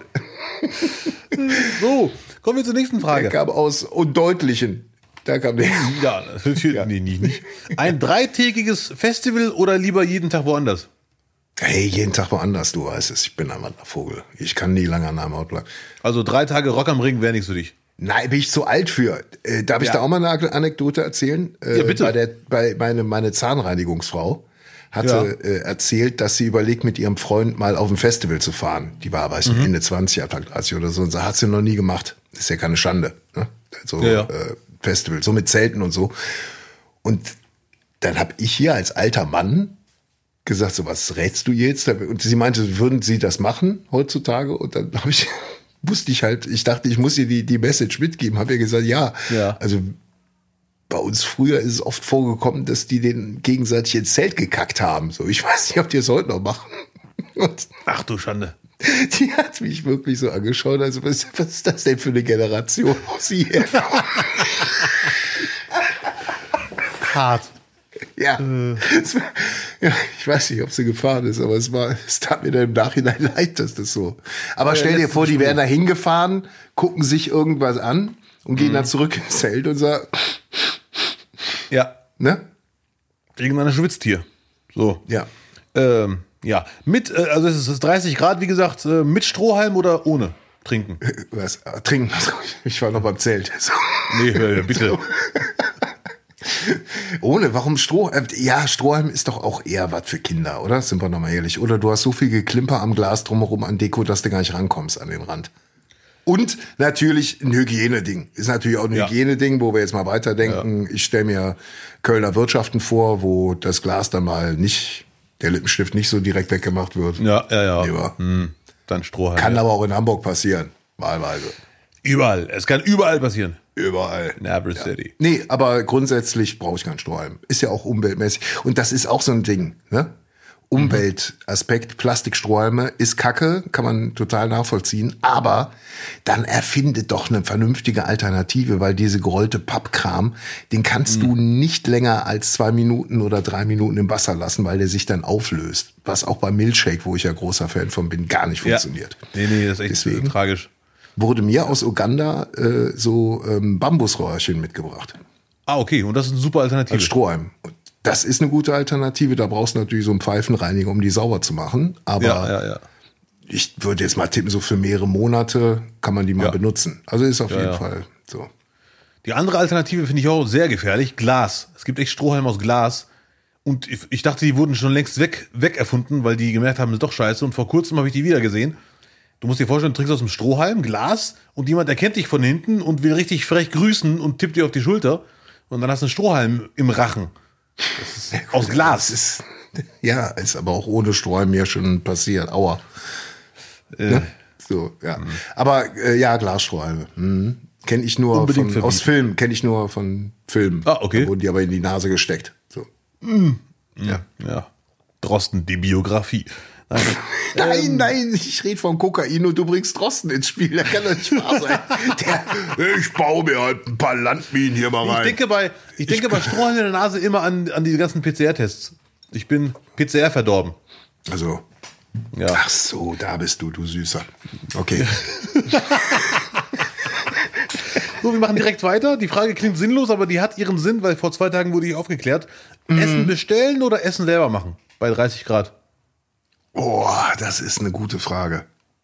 So, kommen wir zur nächsten Der Frage. kam aus Undeutlichen. Da kam der. Ja, natürlich. Nee, nicht. Ein dreitägiges Festival oder lieber jeden Tag woanders? Hey, jeden Tag woanders, du weißt es. Ich bin ein Wandervogel. Ich kann nie lange an einem Ort bleiben. Also 3 Tage Rock am Ring wäre nichts für dich. Nein, bin ich zu alt für. Darf ich da auch mal eine Anekdote erzählen? Ja, bitte. Meine Zahnreinigungsfrau hatte erzählt, dass sie überlegt, mit ihrem Freund mal auf ein Festival zu fahren. Die war, weiß nicht, Ende 20, Anfang 30 oder so. Und so hat sie noch nie gemacht. Das ist ja keine Schande. Ne? So Festival, so mit Zelten und so. Und dann habe ich hier als alter Mann gesagt, so, was rätst du jetzt? Und sie meinte, würden Sie das machen heutzutage? Und dann wusste ich halt, ich dachte, ich muss ihr die Message mitgeben. Habe ihr gesagt, ja. Also bei uns früher ist es oft vorgekommen, dass die den gegenseitig ins Zelt gekackt haben. So, ich weiß nicht, ob die es heute noch machen. Und Ach du Schande. die hat mich wirklich so angeschaut, also was ist das denn für eine Generation, wo sie herkommt? Hart. Ja. Ja, ich weiß nicht, ob sie gefahren ist, aber es tat mir dann im Nachhinein leid, dass das so. Aber stell dir vor, die wären da hingefahren, gucken sich irgendwas an und gehen dann zurück ins Zelt und sagen, Ja. ne? Irgendeiner schwitzt hier. So. Ja. Ja. Mit, also es ist 30 Grad, wie gesagt, mit Strohhalm oder ohne trinken? Was? Trinken. Ich war noch beim Zelt. So. Nee, bitte. Ohne, warum Strohhalm? Ja, Strohhalm ist doch auch eher was für Kinder, oder? Sind wir noch mal ehrlich. Oder du hast so viel Geklimper am Glas drumherum an Deko, dass du gar nicht rankommst an den Rand. Und natürlich ein Hygieneding. Ist natürlich auch ein Hygieneding, wo wir jetzt mal weiterdenken. Ja. Ich stelle mir Kölner Wirtschaften vor, wo das Glas dann mal nicht, der Lippenstift nicht so direkt weggemacht wird. Ja. Dann Strohhalm. Kann aber auch in Hamburg passieren. Wahlweise. Überall. Es kann überall passieren. Überall. In every city. Nee, aber grundsätzlich brauche ich keinen Strohhalm. Ist ja auch umweltmäßig. Und das ist auch so ein Ding, ne? Umweltaspekt, Plastikstrohhalme ist Kacke, kann man total nachvollziehen. Aber dann erfinde doch eine vernünftige Alternative, weil diese gerollte Pappkram, den kannst du nicht länger als 2 Minuten oder 3 Minuten im Wasser lassen, weil der sich dann auflöst. Was auch beim Milkshake, wo ich ja großer Fan von bin, gar nicht funktioniert. Nee, das ist echt Deswegen tragisch. Wurde mir aus Uganda Bambusröhrchen mitgebracht. Ah, okay. Und das ist eine super Alternative. Als Strohhalm. Und das ist eine gute Alternative. Da brauchst du natürlich so einen Pfeifenreiniger, um die sauber zu machen. Aber ich würde jetzt mal tippen, so für mehrere Monate kann man die mal benutzen. Also ist auf jeden Fall so. Die andere Alternative finde ich auch sehr gefährlich. Glas. Es gibt echt Strohhalme aus Glas. Und ich dachte, die wurden schon längst weg erfunden, weil die gemerkt haben, das ist doch scheiße. Und vor kurzem habe ich die wieder gesehen. Du musst dir vorstellen, du trinkst aus dem Strohhalm, Glas, und jemand erkennt dich von hinten und will richtig frech grüßen und tippt dir auf die Schulter. Und dann hast du einen Strohhalm im Rachen. Das ist aus Glas. Ist aber auch ohne Strohhalm ja schon passiert. Aua. Ne? So, ja. Aber Glasstrohhalme. Kenne ich nur Unbedingt aus Filmen, kenne ich nur von Filmen. Ah, okay. Da wurden die aber in die Nase gesteckt. So. Ja. Drosten, die Biografie. Nein, ich rede von Kokain und du bringst Drosten ins Spiel. Das kann doch nicht wahr sein. Ich baue mir halt ein paar Landminen hier mal rein. Ich denke bei Strohhalm in der Nase immer an die ganzen PCR-Tests. Ich bin PCR verdorben. Also, Ja. ach so, da bist du Süßer. Okay. So, wir machen direkt weiter. Die Frage klingt sinnlos, aber die hat ihren Sinn, weil vor 2 Tagen wurde ich aufgeklärt. Essen bestellen oder Essen selber machen? Bei 30 Grad. Oh, das ist eine gute Frage.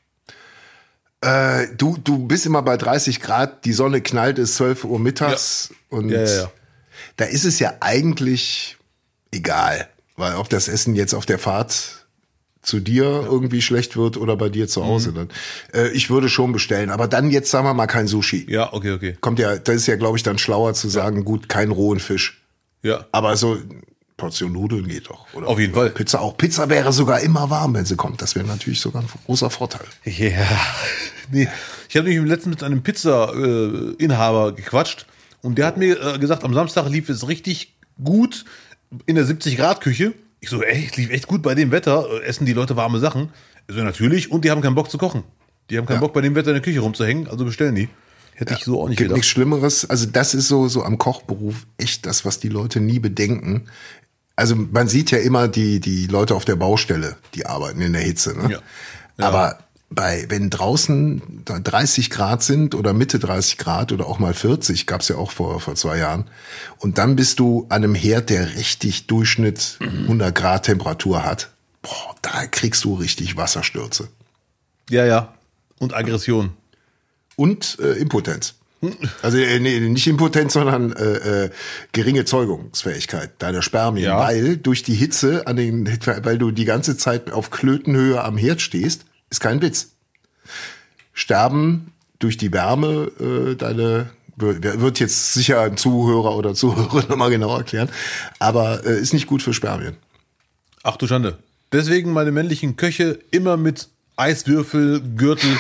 Du bist immer bei 30 Grad, die Sonne knallt, ist 12 Uhr mittags und Ja. da ist es ja eigentlich egal, weil ob das Essen jetzt auf der Fahrt zu dir irgendwie schlecht wird oder bei dir zu Hause dann. Ich würde schon bestellen, aber dann jetzt sagen wir mal kein Sushi. Ja, okay. Kommt ja, das ist ja glaube ich dann schlauer zu sagen, gut, kein rohen Fisch. Ja. Aber so Portion Nudeln geht doch, oder? Auf jeden Fall. Pizza auch. Pizza wäre sogar immer warm, wenn sie kommt. Das wäre natürlich sogar ein großer Vorteil. Ja. Nee. Ich habe nämlich letztens mit einem Pizza-Inhaber gequatscht und der hat mir gesagt, am Samstag lief es richtig gut in der 70-Grad-Küche. Ich so, es lief echt gut bei dem Wetter. Essen die Leute warme Sachen? So, natürlich. Und die haben keinen Bock zu kochen. Die haben keinen Bock, bei dem Wetter in der Küche rumzuhängen. Also bestellen die. Hätte ich so auch nicht Gibt gedacht. nichts Schlimmeres. Also das ist so am Kochberuf echt das, was die Leute nie bedenken. Also man sieht ja immer die Leute auf der Baustelle, die arbeiten in der Hitze. Ne? Ja. Aber wenn draußen 30 Grad sind oder Mitte 30 Grad oder auch mal 40, gab's ja auch vor 2 Jahren. Und dann bist du an einem Herd, der richtig Durchschnitt 100 Grad Temperatur hat. Boah, da kriegst du richtig Wasserstürze. Ja. Und Aggression. Und Impotenz. Also nee, nicht Impotenz, sondern geringe Zeugungsfähigkeit deiner Spermien, Ja. weil durch die Hitze weil du die ganze Zeit auf Klötenhöhe am Herd stehst, ist kein Witz. Sterben durch die Wärme wird jetzt sicher ein Zuhörer oder Zuhörerin nochmal genau erklären, aber ist nicht gut für Spermien. Ach du Schande. Deswegen meine männlichen Köche immer mit Eiswürfel, Gürtel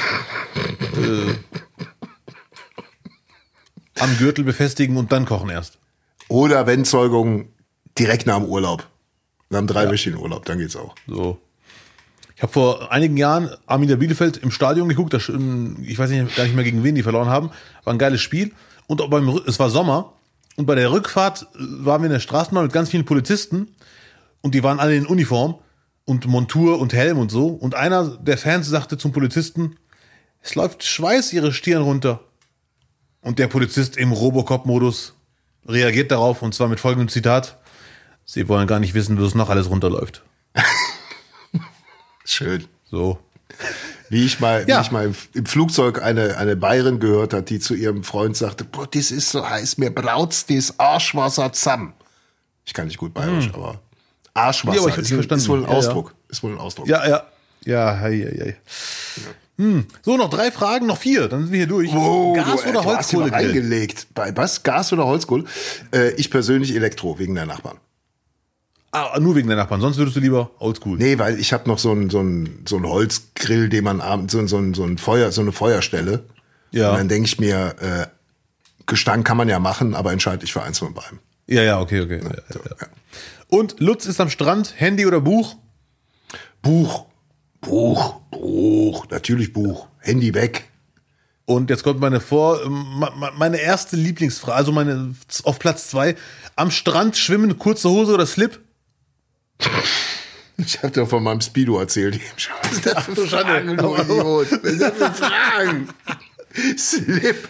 am Gürtel befestigen und dann kochen erst. Oder wenn Zeugung direkt nach dem Urlaub. Nach einem 3-wöchigen Urlaub, dann geht's auch. So. Ich habe vor einigen Jahren Arminia Bielefeld im Stadion geguckt. Ich weiß gar nicht mehr, gegen wen die verloren haben. War ein geiles Spiel. Und es war Sommer. Und bei der Rückfahrt waren wir in der Straßenbahn mit ganz vielen Polizisten. Und die waren alle in Uniform und Montur und Helm und so. Und einer der Fans sagte zum Polizisten, es läuft Schweiß ihre Stirn runter. Und der Polizist im Robocop-Modus reagiert darauf, und zwar mit folgendem Zitat: Sie wollen gar nicht wissen, wo es noch alles runterläuft. Schön. So. Wie ich mal im Flugzeug eine Bayerin gehört hat, die zu ihrem Freund sagte, boah, das ist so heiß, mir braut's das Arschwasser zusammen. Ich kann nicht gut bayerisch, aber Arschwasser Ja, aber ich hab's verstanden. ist wohl ein Ja, Ausdruck. Ist wohl ein Ausdruck. Ja, hei. So, noch 3 Fragen, noch 4, dann sind wir hier durch. Gas oder du hast hier mal Holzkohlegrill? reingelegt. Bei was? Gas oder Holzkohle? Ich persönlich Elektro, wegen der Nachbarn. Ah, nur wegen der Nachbarn, sonst würdest du lieber oldschool. Nee, weil ich habe noch so einen Holzgrill, den man abends, so eine Feuerstelle. Ja. Und dann denke ich mir, Gestank kann man ja machen, aber entscheide ich für eins von beiden. Ja, okay. Ja. Und Lutz ist am Strand, Handy oder Buch? Buch. Natürlich Buch. Handy weg. Und jetzt kommt meine erste Lieblingsfrage, also auf Platz 2. Am Strand schwimmen, kurze Hose oder Slip? Ich habe dir von meinem Speedo erzählt. Was ist das für Fragen, du Idiot? Was ist das für Fragen? Slip.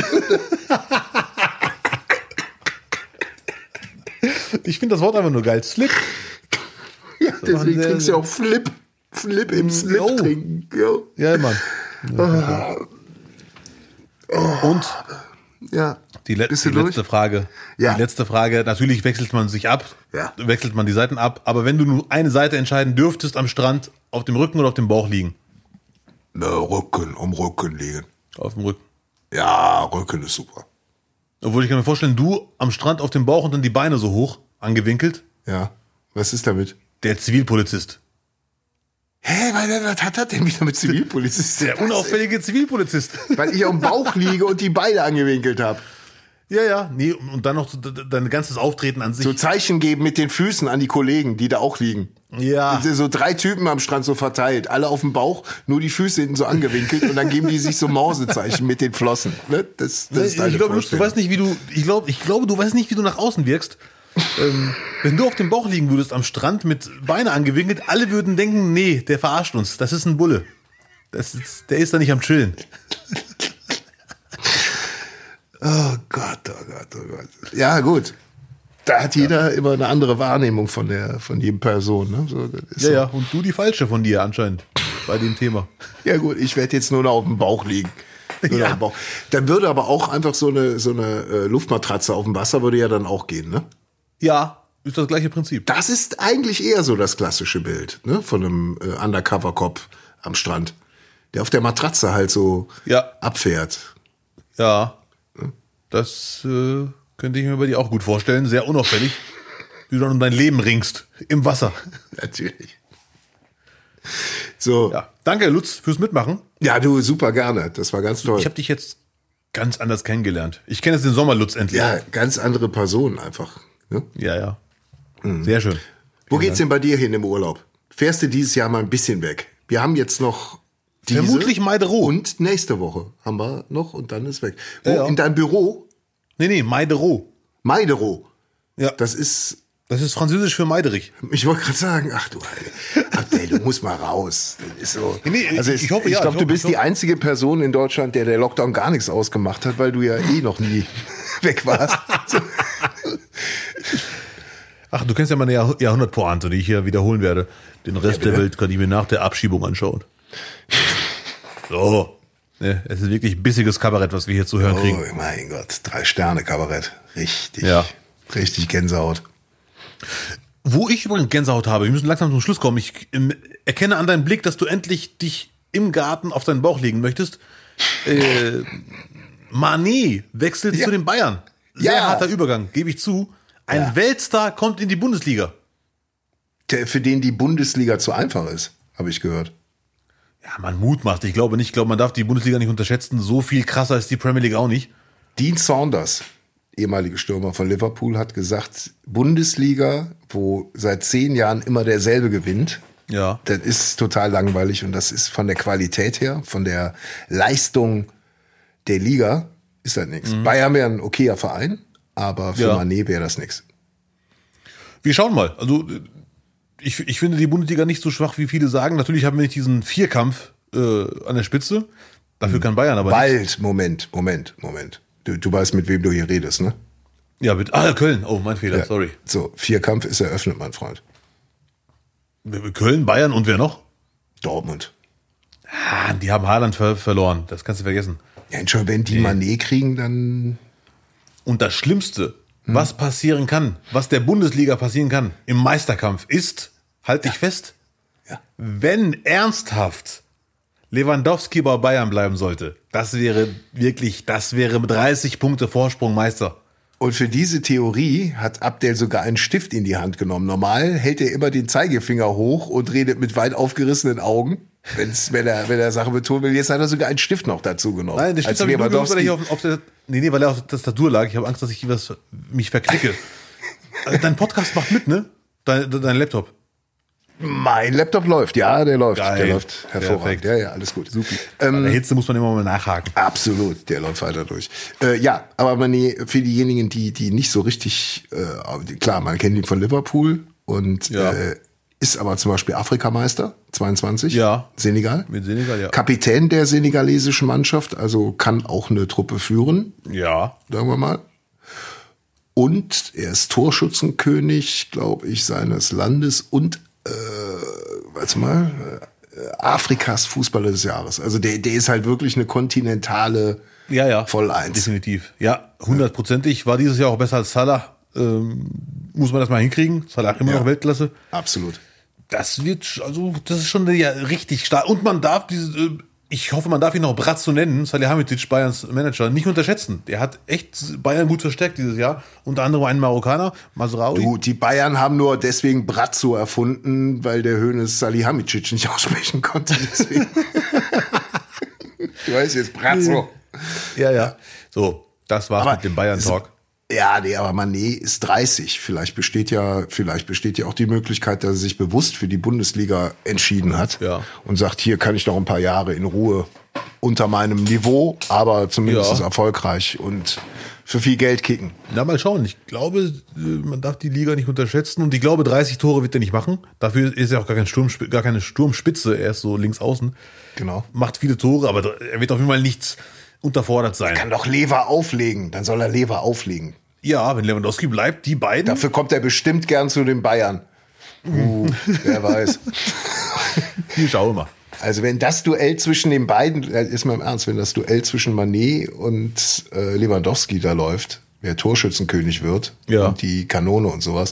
Ich finde das Wort einfach nur geil. Slip. Ja, deswegen trinkst du ja auch Flip. Flip im Slip Oh. trinken. Ja, Mann. Und Ja. die Bist du letzte durch? Frage. Ja. Die letzte Frage. Natürlich wechselt man sich ab. Ja. Wechselt man die Seiten ab. Aber wenn du nur eine Seite entscheiden dürftest am Strand, auf dem Rücken oder auf dem Bauch liegen? Rücken, um Rücken liegen. Auf dem Rücken. Ja, Rücken ist super. Obwohl, ich kann mir vorstellen, du am Strand auf dem Bauch und dann die Beine so hoch angewinkelt. Ja. Was ist damit? Der Zivilpolizist. Hä, was hat das denn wieder mit Zivilpolizisten? Der unauffällige Zivilpolizist. Weil ich am Bauch liege und die Beine angewinkelt habe. Ja, nee, und dann noch dein ganzes Auftreten an sich. So Zeichen geben mit den Füßen an die Kollegen, die da auch liegen. Ja. So 3 Typen am Strand so verteilt, alle auf dem Bauch, nur die Füße hinten so angewinkelt und dann geben die sich so Mausezeichen mit den Flossen. Ne? Das ist ich glaube, du weißt nicht, ich glaube, du weißt nicht, wie du nach außen wirkst. Wenn du auf dem Bauch liegen würdest am Strand mit Beine angewinkelt, alle würden denken, nee, der verarscht uns, das ist ein Bulle. Der ist da nicht am Chillen. Oh Gott, oh Gott, oh Gott. Ja, gut. Da hat jeder immer eine andere Wahrnehmung von jedem Person. Ne? So, das ist Ja, und du die falsche von dir anscheinend bei dem Thema. Ja gut, ich werde jetzt nur noch auf dem Bauch liegen. Nur noch Ja. auf dem Bauch. Dann würde aber auch einfach so eine Luftmatratze auf dem Wasser würde ja dann auch gehen, ne? Ja, ist das gleiche Prinzip. Das ist eigentlich eher so das klassische Bild, ne? Von einem Undercover-Cop am Strand, der auf der Matratze halt so Ja. abfährt. Ja, das könnte ich mir bei dir auch gut vorstellen. Sehr unauffällig, wie du dann um dein Leben ringst. Im Wasser. Natürlich. So. Ja, danke, Lutz, fürs Mitmachen. Ja, du, super gerne. Das war ganz toll. Ich habe dich jetzt ganz anders kennengelernt. Ich kenne jetzt den Sommerlutz endlich. Ja, ganz andere Person einfach. Ne? Ja. Sehr schön. Wo geht's denn bei dir hin im Urlaub? Fährst du dieses Jahr mal ein bisschen weg? Wir haben jetzt noch diese Vermutlich Meiderow. und nächste Woche haben wir noch und dann ist weg. Wo, Ja. in deinem Büro? Nee, Meiderow. Meiderow. Ja. Das ist, Französisch für Meiderich. ich wollte gerade sagen, ach du Abdel, du musst mal raus. Das ist so. Nee, Also ich hoffe, ja, glaube, ich du bist hoffe. die einzige Person in Deutschland, der Lockdown gar nichts ausgemacht hat, weil du ja eh noch nie weg warst. Ach, du kennst ja meine Jahrhundertpointe, die ich hier wiederholen werde. Den Rest der Welt kann ich mir nach der Abschiebung anschauen. So. Ne, es ist wirklich bissiges Kabarett, was wir hier zu hören kriegen. Oh mein Gott, 3-Sterne-Kabarett. Richtig, Ja. richtig Gänsehaut. Wo ich übrigens Gänsehaut habe, wir müssen langsam zum Schluss kommen. Ich erkenne an deinem Blick, dass du endlich dich im Garten auf deinen Bauch legen möchtest. Mané wechselt zu den Bayern. Sehr Ja. harter Übergang, gebe ich zu. Ein Weltstar kommt in die Bundesliga. Für den die Bundesliga zu einfach ist, habe ich gehört. Ja, man mutmacht. Ich glaube nicht. Ich glaube, man darf die Bundesliga nicht unterschätzen. So viel krasser ist die Premier League auch nicht. Dean Saunders, ehemaliger Stürmer von Liverpool, hat gesagt, Bundesliga, wo seit 10 Jahren immer derselbe gewinnt, Ja. das ist total langweilig und das ist von der Qualität her, von der Leistung der Liga, ist das nichts. Bayern wäre ein okayer Verein, aber für Ja. Mané wäre das nichts. Wir schauen mal. Also ich finde die Bundesliga nicht so schwach, wie viele sagen. Natürlich haben wir nicht diesen Vierkampf an der Spitze. Dafür kann Bayern aber nicht. Moment. Du weißt, mit wem du hier redest, ne? Ja, mit Köln. Oh, mein Fehler, sorry. So, Vierkampf ist eröffnet, mein Freund. Köln, Bayern und wer noch? Dortmund. Ah, die haben Haaland verloren. Das kannst du vergessen. Ja, und schon wenn die Mané kriegen, dann Und das Schlimmste, was passieren kann, was der Bundesliga passieren kann im Meisterkampf ist, halt dich fest, Ja. wenn ernsthaft Lewandowski bei Bayern bleiben sollte, das wäre mit 30 Punkte Vorsprung Meister. Und für diese Theorie hat Abdel sogar einen Stift in die Hand genommen. Normal hält er immer den Zeigefinger hoch und redet mit weit aufgerissenen Augen, wenn er Sachen betonen will. Jetzt hat er sogar einen Stift noch dazu genommen. Nein, der Stift habe ich nur genutzt, weil ich auf der weil er auf der Tastatur lag. Ich habe Angst, dass ich mich verklicke. Also dein Podcast macht mit, ne? Dein Laptop. Mein Laptop läuft, ja, der läuft. Geil. Der läuft hervorragend. Perfekt. Ja, alles gut. Super. Bei der Hitze muss man immer mal nachhaken. Absolut, der läuft weiter durch. Ja, aber für diejenigen, die nicht so richtig, klar, man kennt ihn von Liverpool und Ja. ist aber zum Beispiel Afrikameister, 22, Ja. Senegal. Mit Senegal, ja. Kapitän der senegalesischen Mannschaft, also kann auch eine Truppe führen, Ja. sagen wir mal. Und er ist Torschützenkönig, glaube ich, seines Landes und Afrikas Fußballer des Jahres. Also der ist halt wirklich eine kontinentale Ja. Voll eins. Definitiv. Ja, 100%. War dieses Jahr auch besser als Salah. Muss man das mal hinkriegen. Salah immer noch Weltklasse. Absolut. Das ist schon ja richtig stark. Und man darf ich hoffe, man darf ihn noch Brazzo nennen, Salihamidzic, Bayerns Manager, nicht unterschätzen. Der hat echt Bayern gut verstärkt dieses Jahr. Unter anderem einen Marokkaner, Mazraoui. Du, die Bayern haben nur deswegen Brazzo erfunden, weil der Hoeneß Salihamidzic nicht aussprechen konnte. Deswegen. Du weißt jetzt Brazzo. Ja. So, das war's mit dem Bayern-Talk. Ja, nee, aber Mané ist 30. Vielleicht besteht ja auch die Möglichkeit, dass er sich bewusst für die Bundesliga entschieden hat und sagt, hier kann ich noch ein paar Jahre in Ruhe unter meinem Niveau, aber zumindest erfolgreich und für viel Geld kicken. Na, mal schauen. Ich glaube, man darf die Liga nicht unterschätzen und ich glaube, 30 Tore wird er nicht machen. Dafür ist er auch gar keine Sturmspitze. Er ist so links außen. Genau. Macht viele Tore, aber er wird auf jeden Fall nicht unterfordert sein. Er kann doch Lever auflegen, dann soll er Lever auflegen. Ja, wenn Lewandowski bleibt, die beiden. Dafür kommt er bestimmt gern zu den Bayern. Wer weiß. Hier schauen wir mal. Also wenn das Duell zwischen den beiden, ist mal im Ernst, wenn das Duell zwischen Mané und Lewandowski da läuft, wer Torschützenkönig wird und die Kanone und sowas,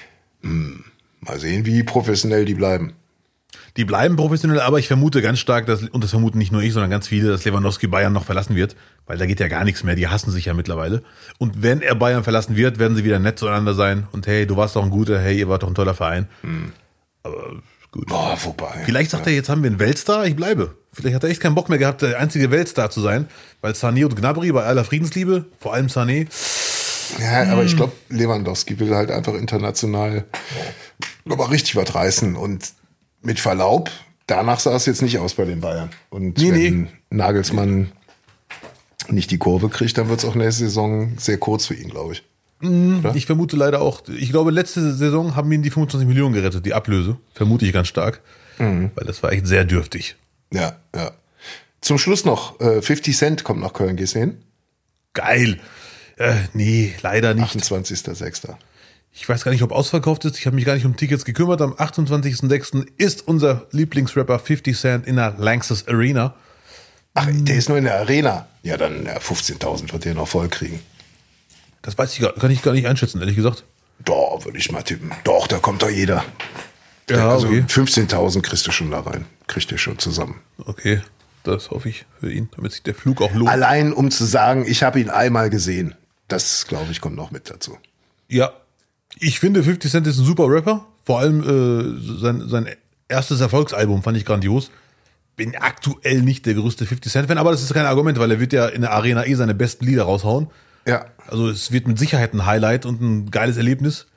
mal sehen, wie professionell die bleiben. Die bleiben professionell, aber ich vermute ganz stark, und das vermuten nicht nur ich, sondern ganz viele, dass Lewandowski Bayern noch verlassen wird, weil da geht ja gar nichts mehr, die hassen sich ja mittlerweile. Und wenn er Bayern verlassen wird, werden sie wieder nett zueinander sein und hey, du warst doch ein guter, hey, ihr wart doch ein toller Verein. Aber gut. Boah, vorbei. Vielleicht sagt er, jetzt haben wir einen Weltstar, ich bleibe. Vielleicht hat er echt keinen Bock mehr gehabt, der einzige Weltstar zu sein, weil Sané und Gnabry bei aller Friedensliebe, vor allem Sané. Ja, aber ich glaube, Lewandowski will halt einfach international aber richtig was reißen und mit Verlaub, danach sah es jetzt nicht aus bei den Bayern. Und wenn Nagelsmann nicht die Kurve kriegt, dann wird es auch nächste Saison sehr kurz für ihn, glaube ich. Ich vermute leider auch. Ich glaube, letzte Saison haben ihn die 25 Millionen gerettet, die Ablöse. Vermute ich ganz stark. Weil das war echt sehr dürftig. Ja. Zum Schluss noch, 50 Cent kommt nach Köln. Gehst du hin? Geil. Nee, leider nicht. 28.06. Ich weiß gar nicht, ob ausverkauft ist. Ich habe mich gar nicht um Tickets gekümmert. Am 28.06. ist unser Lieblingsrapper 50 Cent in der Lanxess Arena. Ach, der ist nur in der Arena. Ja, dann 15.000 wird der noch voll kriegen. Das weiß ich kann ich gar nicht einschätzen, ehrlich gesagt. Doch, würde ich mal tippen. Doch, da kommt doch jeder. Ja, also okay. 15.000 kriegst du schon da rein. Kriegt ihr schon zusammen. Okay, das hoffe ich für ihn, damit sich der Flug auch lohnt. Allein um zu sagen, ich habe ihn einmal gesehen. Das, glaube ich, kommt noch mit dazu. Ja, ich finde 50 Cent ist ein super Rapper. Vor allem sein erstes Erfolgsalbum fand ich grandios. Bin aktuell nicht der größte 50 Cent Fan, aber das ist kein Argument, weil er wird ja in der Arena seine besten Lieder raushauen. Ja. Also es wird mit Sicherheit ein Highlight und ein geiles Erlebnis.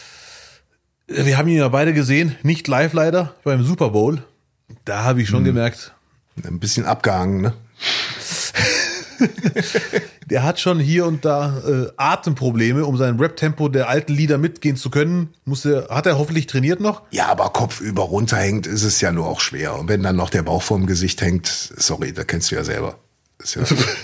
Wir haben ihn ja beide gesehen, nicht live leider, beim Super Bowl. Da habe ich schon gemerkt. Ein bisschen abgehangen, ne? Der hat schon hier und da Atemprobleme, um sein Rap-Tempo der alten Lieder mitgehen zu können. Hat er hoffentlich trainiert noch? Ja, aber kopfüber runterhängt ist es ja nur auch schwer. Und wenn dann noch der Bauch vorm Gesicht hängt, sorry, da kennst du ja selber. Ist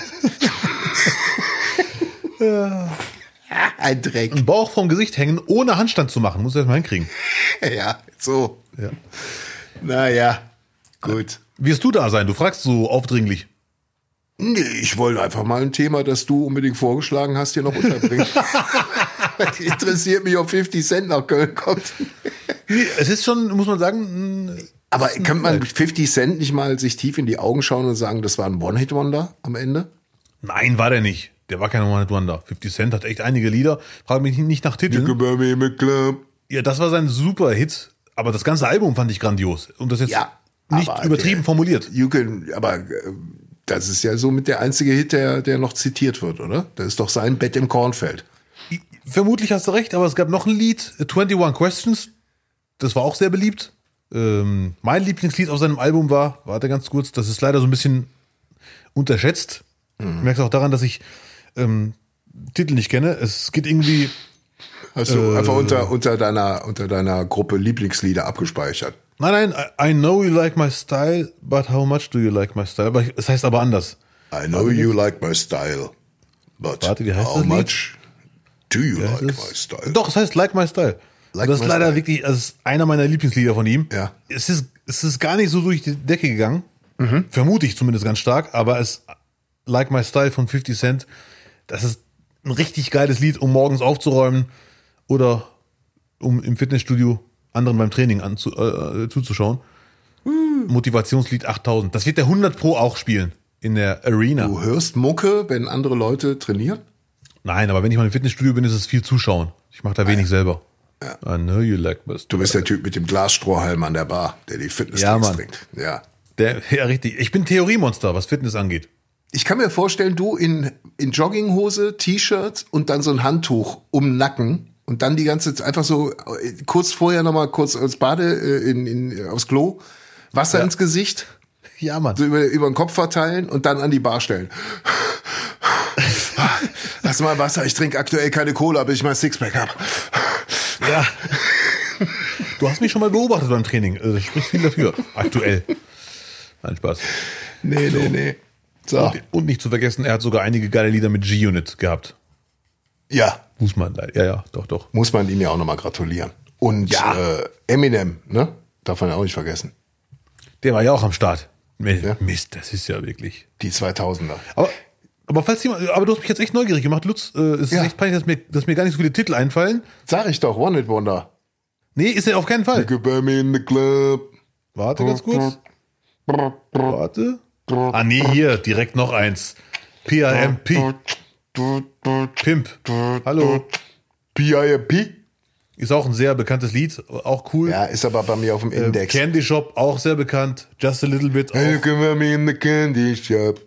ja ein Dreck. Ein Bauch vom Gesicht hängen, ohne Handstand zu machen, muss er erst mal hinkriegen. Ja, so. Ja. Naja, gut. Wirst du da sein? Du fragst so aufdringlich. Nee, ich wollte einfach mal ein Thema, das du unbedingt vorgeschlagen hast, hier noch unterbringen. Interessiert mich, ob 50 Cent nach Köln kommt. Nee, es ist schon, muss man sagen. Aber könnte man 50 Cent nicht mal sich tief in die Augen schauen und sagen, das war ein One-Hit-Wonder am Ende? Nein, war der nicht. Der war kein One-Hit-Wonder. 50 Cent hat echt einige Lieder. Frag mich nicht nach Titeln. Ja, das war sein super Hit. Aber das ganze Album fand ich grandios. Und das jetzt nicht übertrieben formuliert. Aber das ist ja so mit der einzige Hit, der noch zitiert wird, oder? Das ist doch sein Bett im Kornfeld. Vermutlich hast du recht, aber es gab noch ein Lied, 21 Questions. Das war auch sehr beliebt. Mein Lieblingslied auf seinem Album warte ganz kurz, das ist leider so ein bisschen unterschätzt. Ich merke es auch daran, dass ich Titel nicht kenne. Es geht irgendwie... Hast du einfach unter deiner Gruppe Lieblingslieder abgespeichert? Nein, I know you like my style, but how much do you like my style? Aber es heißt aber anders. I know you like my style, but wie heißt how das Lied? much do you like my style? Doch, es heißt Like My Style. Like das ist My leider Style. wirklich, das ist einer meiner Lieblingslieder von ihm. Ja. Es ist gar nicht so durch die Decke gegangen. Vermute ich zumindest ganz stark, aber Like My Style von 50 Cent, das ist ein richtig geiles Lied, um morgens aufzuräumen oder um im Fitnessstudio anderen beim Training zuzuschauen. Motivationslied 8000. Das wird der 100 Pro auch spielen in der Arena. Du hörst Mucke, wenn andere Leute trainieren? Nein, aber wenn ich mal im Fitnessstudio bin, ist es viel Zuschauen. Ich mache da wenig selber. Ja. I know you like this. Du bist der Typ mit dem Glasstrohhalm an der Bar, der die Fitness-Drinks trinkt. Ja. Ja, richtig. Ich bin Theoriemonster, was Fitness angeht. Ich kann mir vorstellen, du in Jogginghose, T-Shirt und dann so ein Handtuch um den Nacken und dann die ganze Zeit einfach so kurz vorher nochmal kurz ins aufs Klo, Wasser ins Gesicht, Ja, Mann. so über den Kopf verteilen und dann an die Bar stellen. Lass mal Wasser, ich trinke aktuell keine Cola, bis ich mein Sixpack habe. Ja. Du hast mich schon mal beobachtet beim Training. Also ich sprich viel dafür. Aktuell. Nein, Spaß. Nee. So. Und nicht zu vergessen, er hat sogar einige geile Lieder mit G-Unit gehabt. Ja, Muss man leider. Ja, doch. muss man ihm ja auch nochmal gratulieren. Und Eminem, ne? Darf man ja auch nicht vergessen. Der war ja auch am Start. Ja. Mist, das ist ja wirklich. Die 2000er. Aber du hast mich jetzt echt neugierig gemacht, Lutz. Es ist echt peinlich, dass mir gar nicht so viele Titel einfallen. Sag ich doch, One Hit Wonder. Nee, ist er auf keinen Fall. By me in the club. Warte ganz kurz. Warte. Ah nee, hier, direkt noch eins. P.I.M.P. Pimp. Hallo. P.I.M.P. Ist auch ein sehr bekanntes Lied, auch cool. Ja, ist aber bei mir auf dem Index. Candy Shop, auch sehr bekannt. Just a Little Bit. Hey, you Auch. can buy me in the candy shop.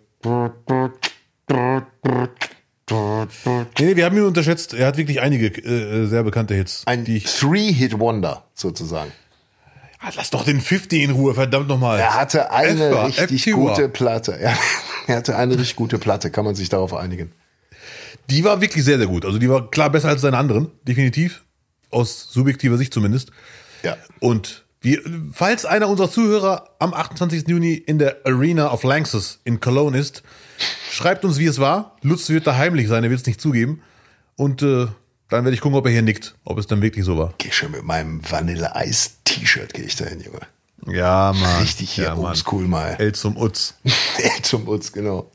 Nee, wir haben ihn unterschätzt. Er hat wirklich einige sehr bekannte Hits. Ein Three-Hit-Wonder, sozusagen. Lass doch den 50 in Ruhe, verdammt nochmal. Er hatte eine richtig F-Tour. gute Platte. Ja, er hatte eine richtig gute Platte, kann man sich darauf einigen. Die war wirklich sehr, sehr gut. Also die war klar besser als seine anderen, definitiv. Aus subjektiver Sicht zumindest. Ja. Und falls einer unserer Zuhörer am 28. Juni in der Arena of Lanxess in Cologne ist, schreibt uns, wie es war. Lutz wird da heimlich sein, er wird es nicht zugeben. Und dann werde ich gucken, ob er hier nickt, ob es dann wirklich so war. Geh schon mit meinem Vanille-Eis-T-Shirt gehe ich dahin, Junge. Ja, Mann. Richtig hier ja, oldschool mal. L zum Utz. Zum Utz, genau.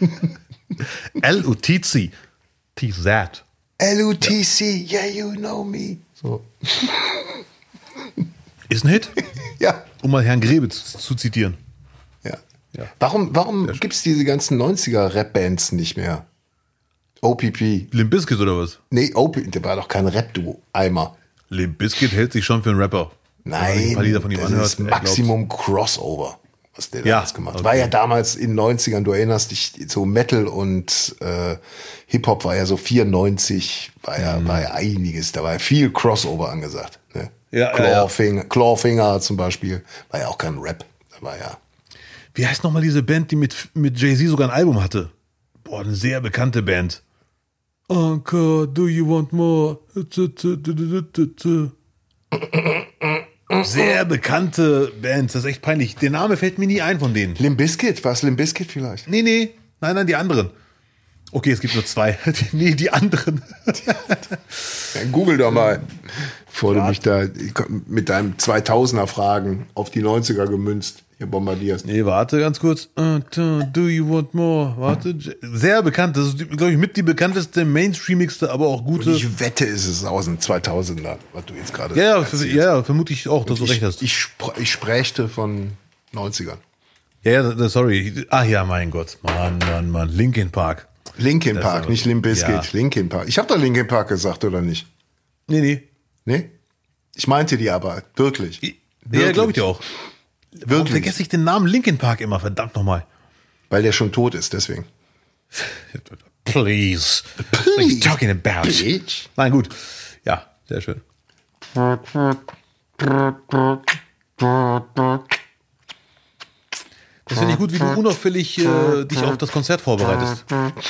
L-U-T-Z. T-Z. L-U-T-C, yeah, you know me. So. Ist ein Hit, Ja. um mal Herrn Grebe zu zitieren. Ja. Ja. Warum gibt es diese ganzen 90er-Rap-Bands nicht mehr? OPP. Limp Bizkit oder was? Nee, der war doch kein Rap, du Eimer. Limp Bizkit hält sich schon für einen Rapper. Wenn man sich Nein, ein paar Lieder von ihm das anhört, ist er glaubt- Maximum Crossover, was der Ja, damals gemacht hat. okay. War ja damals in den 90ern, du erinnerst dich, so Metal und Hip-Hop war ja so 94, war ja einiges, da war ja viel Crossover angesagt. Ne? Ja, Clawfinger zum Beispiel, war ja auch kein Rap, da war ja... Wie heißt nochmal diese Band, die mit Jay-Z sogar ein Album hatte? Boah, eine sehr bekannte Band. Encore, do you want more? Sehr bekannte Bands, das ist echt peinlich. Der Name fällt mir nie ein von denen. Limp Bizkit, was Limp Bizkit vielleicht? Nee. Nein, die anderen. Okay, es gibt nur zwei. Nee, die anderen. Ja, Google doch mal, bevor du mich da mit deinem 2000er Fragen auf die 90er gemünzt hier bombardierst. Nee, warte ganz kurz. Do you want more? Warte. Sehr bekannt. Das ist, glaube ich, mit die bekannteste, mainstreamigste, aber auch Und gute. ich wette, es ist aus den 2000er, was du jetzt gerade Ja, erzählst. vermute ich auch, dass du recht hast. Ich sprächte von 90ern. Sorry. Ach ja, mein Gott. Mann. Linkin Park. Linkin Das Park, ist nicht Limp Bizkit. ja. Linkin Park. Ich habe doch Linkin Park gesagt, oder nicht? Nee. Nee? Ich meinte die aber, wirklich. Ja, glaube ich dir auch. Warum Wirklich. vergesse ich den Namen Linkin Park immer? Verdammt nochmal. Weil der schon tot ist, deswegen. Please. What are you talking about? Bitch. Nein, gut. Ja, sehr schön. Das finde ich gut, wie du unauffällig dich auf das Konzert vorbereitest.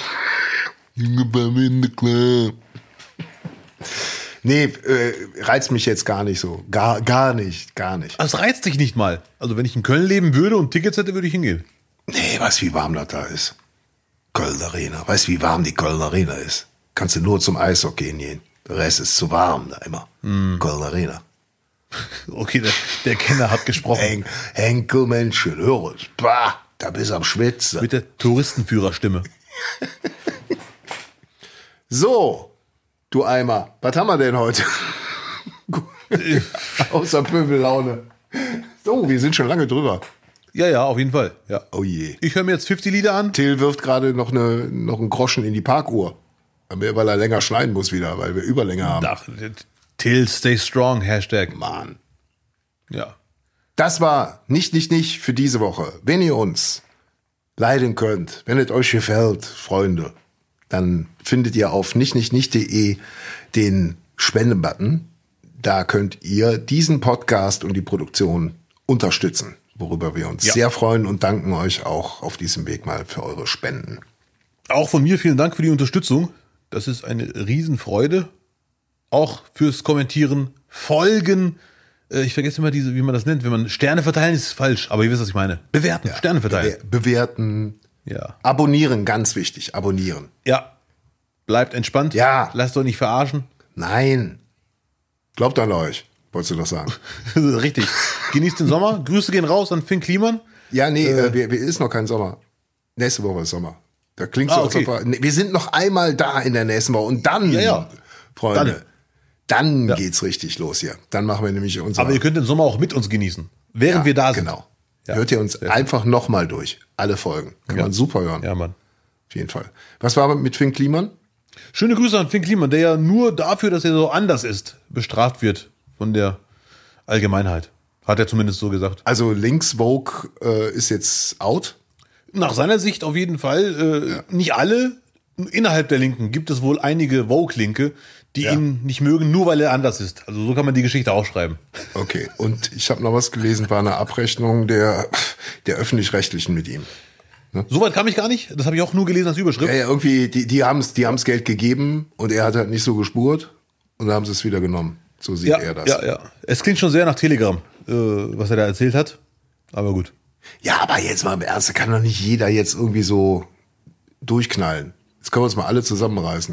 Nee, reizt mich jetzt gar nicht so. Gar nicht. Das reizt dich nicht mal. Also wenn ich in Köln leben würde und Tickets hätte, würde ich hingehen. Nee, weißt du, wie warm das da ist? Köln Arena. Weißt du, wie warm die Köln Arena ist? Kannst du nur zum Eishockey gehen. Der Rest ist zu warm da immer. Köln Arena. Okay, der Kenner hat gesprochen. Henkelmenschen, hör es. Bah, da bist du am Schwitzen. Mit der Touristenführerstimme. So, du Eimer, was haben wir denn heute? Außer Pöbellaune. Oh, wir sind schon lange drüber. Ja, auf jeden Fall. Ja. Oh je. Ich höre mir jetzt 50 Lieder an. Till wirft gerade noch einen Groschen in die Parkuhr. Weil er länger schneiden muss wieder, weil wir Überlänge haben. Ach, Till, stay strong, Hashtag. Mann. Ja. Das war nicht für diese Woche. Wenn ihr uns leiden könnt, wenn es euch gefällt, Freunde, dann findet ihr auf nicht.de den Spenden-Button. Da könnt ihr diesen Podcast und die Produktion unterstützen, worüber wir uns sehr freuen und danken euch auch auf diesem Weg mal für eure Spenden. Auch von mir vielen Dank für die Unterstützung. Das ist eine Riesenfreude. Auch fürs Kommentieren, Folgen. Ich vergesse immer wie man das nennt. Wenn man Sterne verteilen, ist falsch. Aber ihr wisst, was ich meine. Bewerten, Sterne verteilen. Bewerten. Ja. Abonnieren, ganz wichtig. Abonnieren. Ja. Bleibt entspannt. Ja. Lasst euch nicht verarschen. Nein. Glaubt an euch, wolltest du doch sagen. Richtig. Genießt den Sommer. Grüße gehen raus an Finn Kliman. Ja, nee, wir ist noch kein Sommer. Nächste Woche ist Sommer. Da klingt so, okay. als ob wir sind noch einmal da in der nächsten Woche. Und dann, Freunde, dann geht's richtig los hier. Dann machen wir nämlich unser... Aber ihr könnt den Sommer auch mit uns genießen, während wir da sind. Genau. Ja. Hört ihr uns einfach nochmal durch. Alle Folgen. Kann man super hören. Ja, Mann. Auf jeden Fall. Was war mit Finn Kliman? Schöne Grüße an Finn Kliman, der ja nur dafür, dass er so anders ist, bestraft wird von der Allgemeinheit. Hat er zumindest so gesagt. Also Links-Vogue ist jetzt out? Nach seiner Sicht auf jeden Fall. Nicht alle. Innerhalb der Linken gibt es wohl einige Vogue-Linke, die ihn nicht mögen, nur weil er anders ist. Also so kann man die Geschichte auch schreiben. Okay, und ich habe noch was gelesen, war eine Abrechnung der Öffentlich-Rechtlichen mit ihm. Soweit kam ich gar nicht. Das habe ich auch nur gelesen als Überschrift. Ja, irgendwie, die haben's Geld gegeben und er hat halt nicht so gespurt und dann haben sie es wieder genommen. So sieht er das. Ja. Es klingt schon sehr nach Telegram, was er da erzählt hat. Aber gut. Ja, aber jetzt mal im Ernst, kann doch nicht jeder jetzt irgendwie so durchknallen. Jetzt können wir uns mal alle zusammenreißen.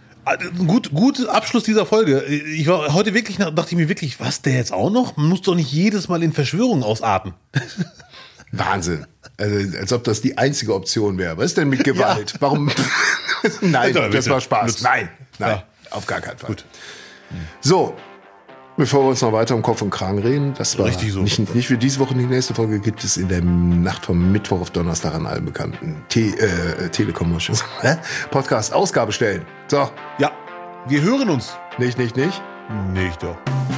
Gut Abschluss dieser Folge. Ich war heute wirklich, dachte ich mir wirklich, was, der jetzt auch noch? Man muss doch nicht jedes Mal in Verschwörungen ausarten. Wahnsinn. Also, als ob das die einzige Option wäre. Was ist denn mit Gewalt? Ja. Warum? Nein, Bitte. das war Spaß. Nein, Ja. auf gar keinen Fall. Gut. So, bevor wir uns noch weiter um Kopf und Kragen reden, das war Richtig so. nicht für diese Woche. Die nächste Folge gibt es in der Nacht vom Mittwoch auf Donnerstag an allen bekannten Telekom Podcast Ausgabe stellen. So. Ja, wir hören uns. Nicht. Nicht doch.